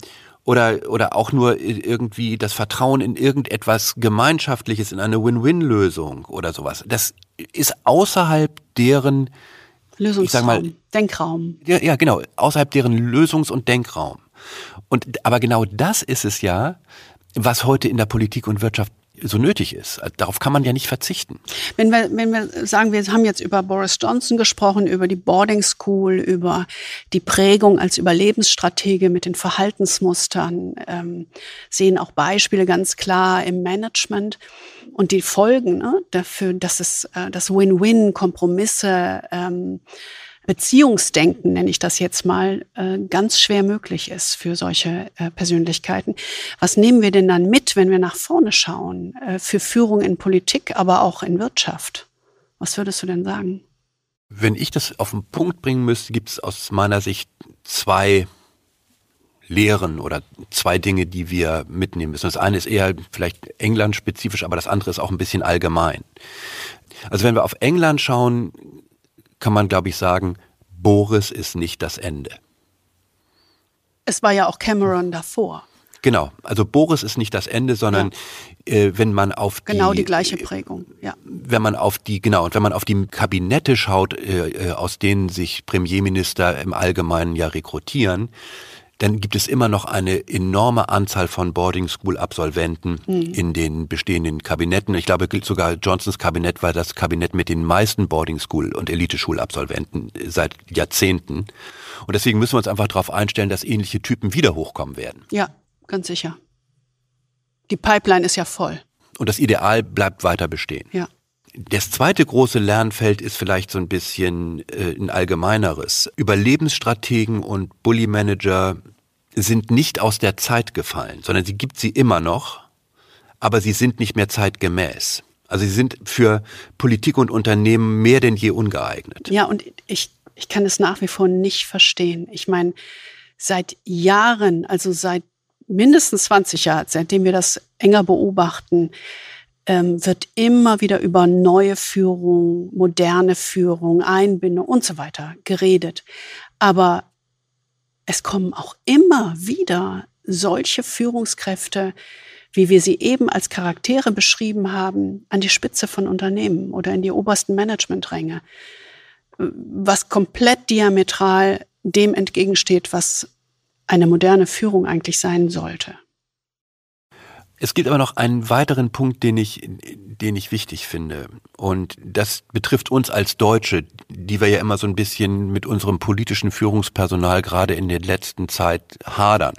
Oder, oder auch nur irgendwie das Vertrauen in irgendetwas Gemeinschaftliches, in eine Win-Win-Lösung oder sowas. Das ist außerhalb deren Lösungsraum, ich sag mal, Denkraum. Ja, ja, genau, außerhalb deren Lösungs- und Denkraum. Und, aber genau das ist es ja, was heute in der Politik und Wirtschaft so nötig ist. Darauf kann man ja nicht verzichten. Wenn wir, wenn wir sagen, wir haben jetzt über Boris Johnson gesprochen, über die Boarding School, über die Prägung als Überlebensstratege mit den Verhaltensmustern, ähm, sehen auch Beispiele ganz klar im Management und die Folgen, ne, dafür, dass es äh, das Win-Win, Kompromisse, ähm, Beziehungsdenken, nenne ich das jetzt mal, äh, ganz schwer möglich ist für solche äh, Persönlichkeiten. Was nehmen wir denn dann mit, wenn wir nach vorne schauen, äh, für Führung in Politik, aber auch in Wirtschaft? Was würdest du denn sagen? Wenn ich das auf den Punkt bringen müsste, gibt es aus meiner Sicht zwei Lehren oder zwei Dinge, die wir mitnehmen müssen. Das eine ist eher vielleicht England-spezifisch, aber das andere ist auch ein bisschen allgemein. Also wenn wir auf England schauen, kann man, glaube ich, sagen, Boris ist nicht das Ende. Es war ja auch Cameron davor. Genau, also Boris ist nicht das Ende, sondern ja. äh, wenn man auf die... Genau die gleiche Prägung, ja. Wenn man auf die, genau, und wenn man auf die Kabinette schaut, äh, aus denen sich Premierminister im Allgemeinen ja rekrutieren, dann gibt es immer noch eine enorme Anzahl von Boarding-School-Absolventen mhm. in den bestehenden Kabinetten. Ich glaube, sogar Johnsons Kabinett war das Kabinett mit den meisten Boarding-School- und Elite-Schulabsolventen seit Jahrzehnten. Und deswegen müssen wir uns einfach darauf einstellen, dass ähnliche Typen wieder hochkommen werden. Ja, ganz sicher. Die Pipeline ist ja voll. Und das Ideal bleibt weiter bestehen. Ja. Das zweite große Lernfeld ist vielleicht so ein bisschen äh, ein allgemeineres. Überlebensstrategen und Bully-Manager sind nicht aus der Zeit gefallen, sondern sie gibt sie immer noch, aber sie sind nicht mehr zeitgemäß. Also sie sind für Politik und Unternehmen mehr denn je ungeeignet. Ja, und ich, ich kann es nach wie vor nicht verstehen. Ich meine, seit Jahren, also seit mindestens zwanzig Jahren, seitdem wir das enger beobachten, ähm, wird immer wieder über neue Führung, moderne Führung, Einbindung und so weiter geredet. Aber es kommen auch immer wieder solche Führungskräfte, wie wir sie eben als Charaktere beschrieben haben, an die Spitze von Unternehmen oder in die obersten Managementränge, was komplett diametral dem entgegensteht, was eine moderne Führung eigentlich sein sollte. Es gibt aber noch einen weiteren Punkt, den ich, den ich wichtig finde. Und das betrifft uns als Deutsche, die wir ja immer so ein bisschen mit unserem politischen Führungspersonal gerade in der letzten Zeit hadern.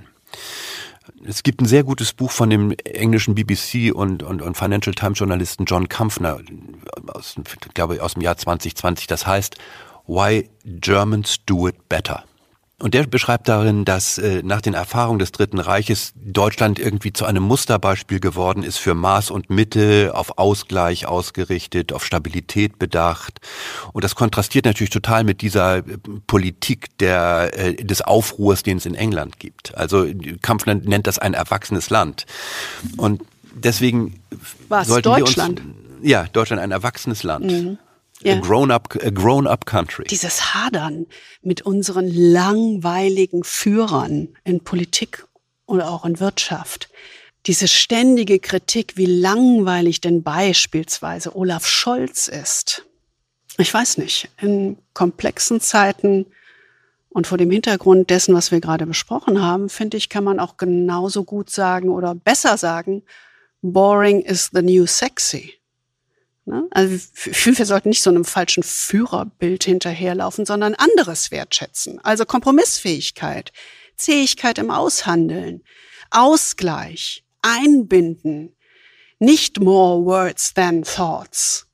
Es gibt ein sehr gutes Buch von dem englischen B B C und, und, und Financial Times Journalisten John Kampfner, aus, glaube ich, aus dem Jahr zwanzig zwanzig, das heißt Why Germans Do It Better. Und der beschreibt darin, dass äh, nach den Erfahrungen des Dritten Reiches Deutschland irgendwie zu einem Musterbeispiel geworden ist für Maß und Mitte, auf Ausgleich ausgerichtet, auf Stabilität bedacht. Und das kontrastiert natürlich total mit dieser äh, Politik der, äh, des Aufruhrs, den es in England gibt. Also Kampfner nennt das ein erwachsenes Land. Und deswegen Was, sollten Deutschland? wir uns... Ja, Deutschland, ein erwachsenes Land. Mhm. Ja. A grown-up, a grown-up country. Dieses Hadern mit unseren langweiligen Führern in Politik oder auch in Wirtschaft. Diese ständige Kritik, wie langweilig denn beispielsweise Olaf Scholz ist. Ich weiß nicht, in komplexen Zeiten und vor dem Hintergrund dessen, was wir gerade besprochen haben, finde ich, kann man auch genauso gut sagen oder besser sagen, boring is the new sexy. Also ich finde, wir sollten nicht so einem falschen Führerbild hinterherlaufen, sondern anderes wertschätzen. Also Kompromissfähigkeit, Zähigkeit im Aushandeln, Ausgleich, Einbinden, nicht more words than thoughts.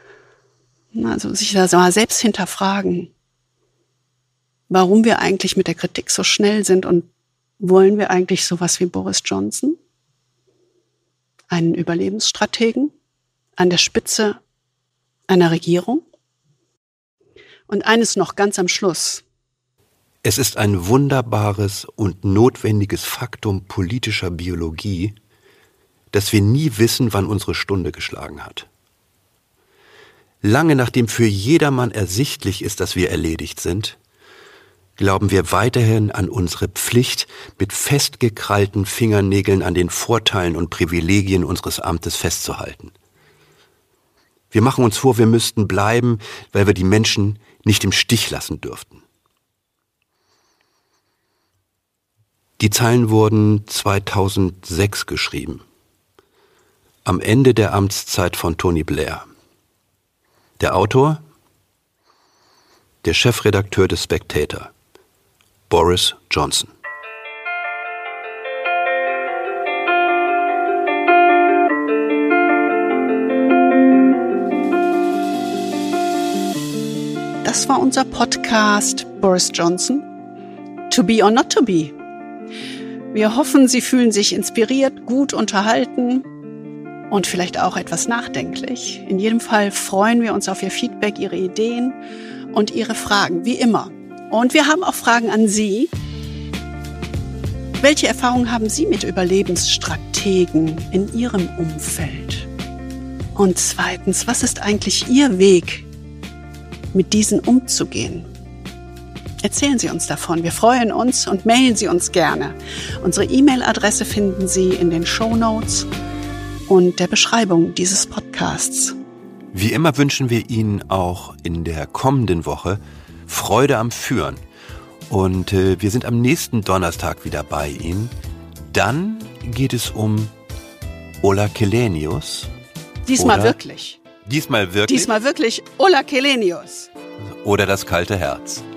Also sich da mal selbst hinterfragen, warum wir eigentlich mit der Kritik so schnell sind und wollen wir eigentlich sowas wie Boris Johnson, einen Überlebensstrategen, an der Spitze einer Regierung? Und eines noch ganz am Schluss. Es ist ein wunderbares und notwendiges Faktum politischer Biologie, dass wir nie wissen, wann unsere Stunde geschlagen hat. Lange nachdem für jedermann ersichtlich ist, dass wir erledigt sind, glauben wir weiterhin an unsere Pflicht, mit festgekrallten Fingernägeln an den Vorteilen und Privilegien unseres Amtes festzuhalten. Wir machen uns vor, wir müssten bleiben, weil wir die Menschen nicht im Stich lassen dürften. Die Zeilen wurden zweitausendsechs geschrieben, am Ende der Amtszeit von Tony Blair. Der Autor? Der Chefredakteur des Spectator, Boris Johnson. Das war unser Podcast Boris Johnson, To Be or Not to Be. Wir hoffen, Sie fühlen sich inspiriert, gut unterhalten und vielleicht auch etwas nachdenklich. In jedem Fall freuen wir uns auf Ihr Feedback, Ihre Ideen und Ihre Fragen, wie immer. Und wir haben auch Fragen an Sie. Welche Erfahrungen haben Sie mit Überlebensstrategen in Ihrem Umfeld? Und zweitens, was ist eigentlich Ihr Weg, mit diesen umzugehen? Erzählen Sie uns davon. Wir freuen uns und mailen Sie uns gerne. Unsere E-Mail-Adresse finden Sie in den Shownotes und der Beschreibung dieses Podcasts. Wie immer wünschen wir Ihnen auch in der kommenden Woche Freude am Führen. Und äh, wir sind am nächsten Donnerstag wieder bei Ihnen. Dann geht es um Ola Källenius. Diesmal oder, wirklich. Diesmal wirklich. Diesmal wirklich Ola Källenius. Oder das kalte Herz.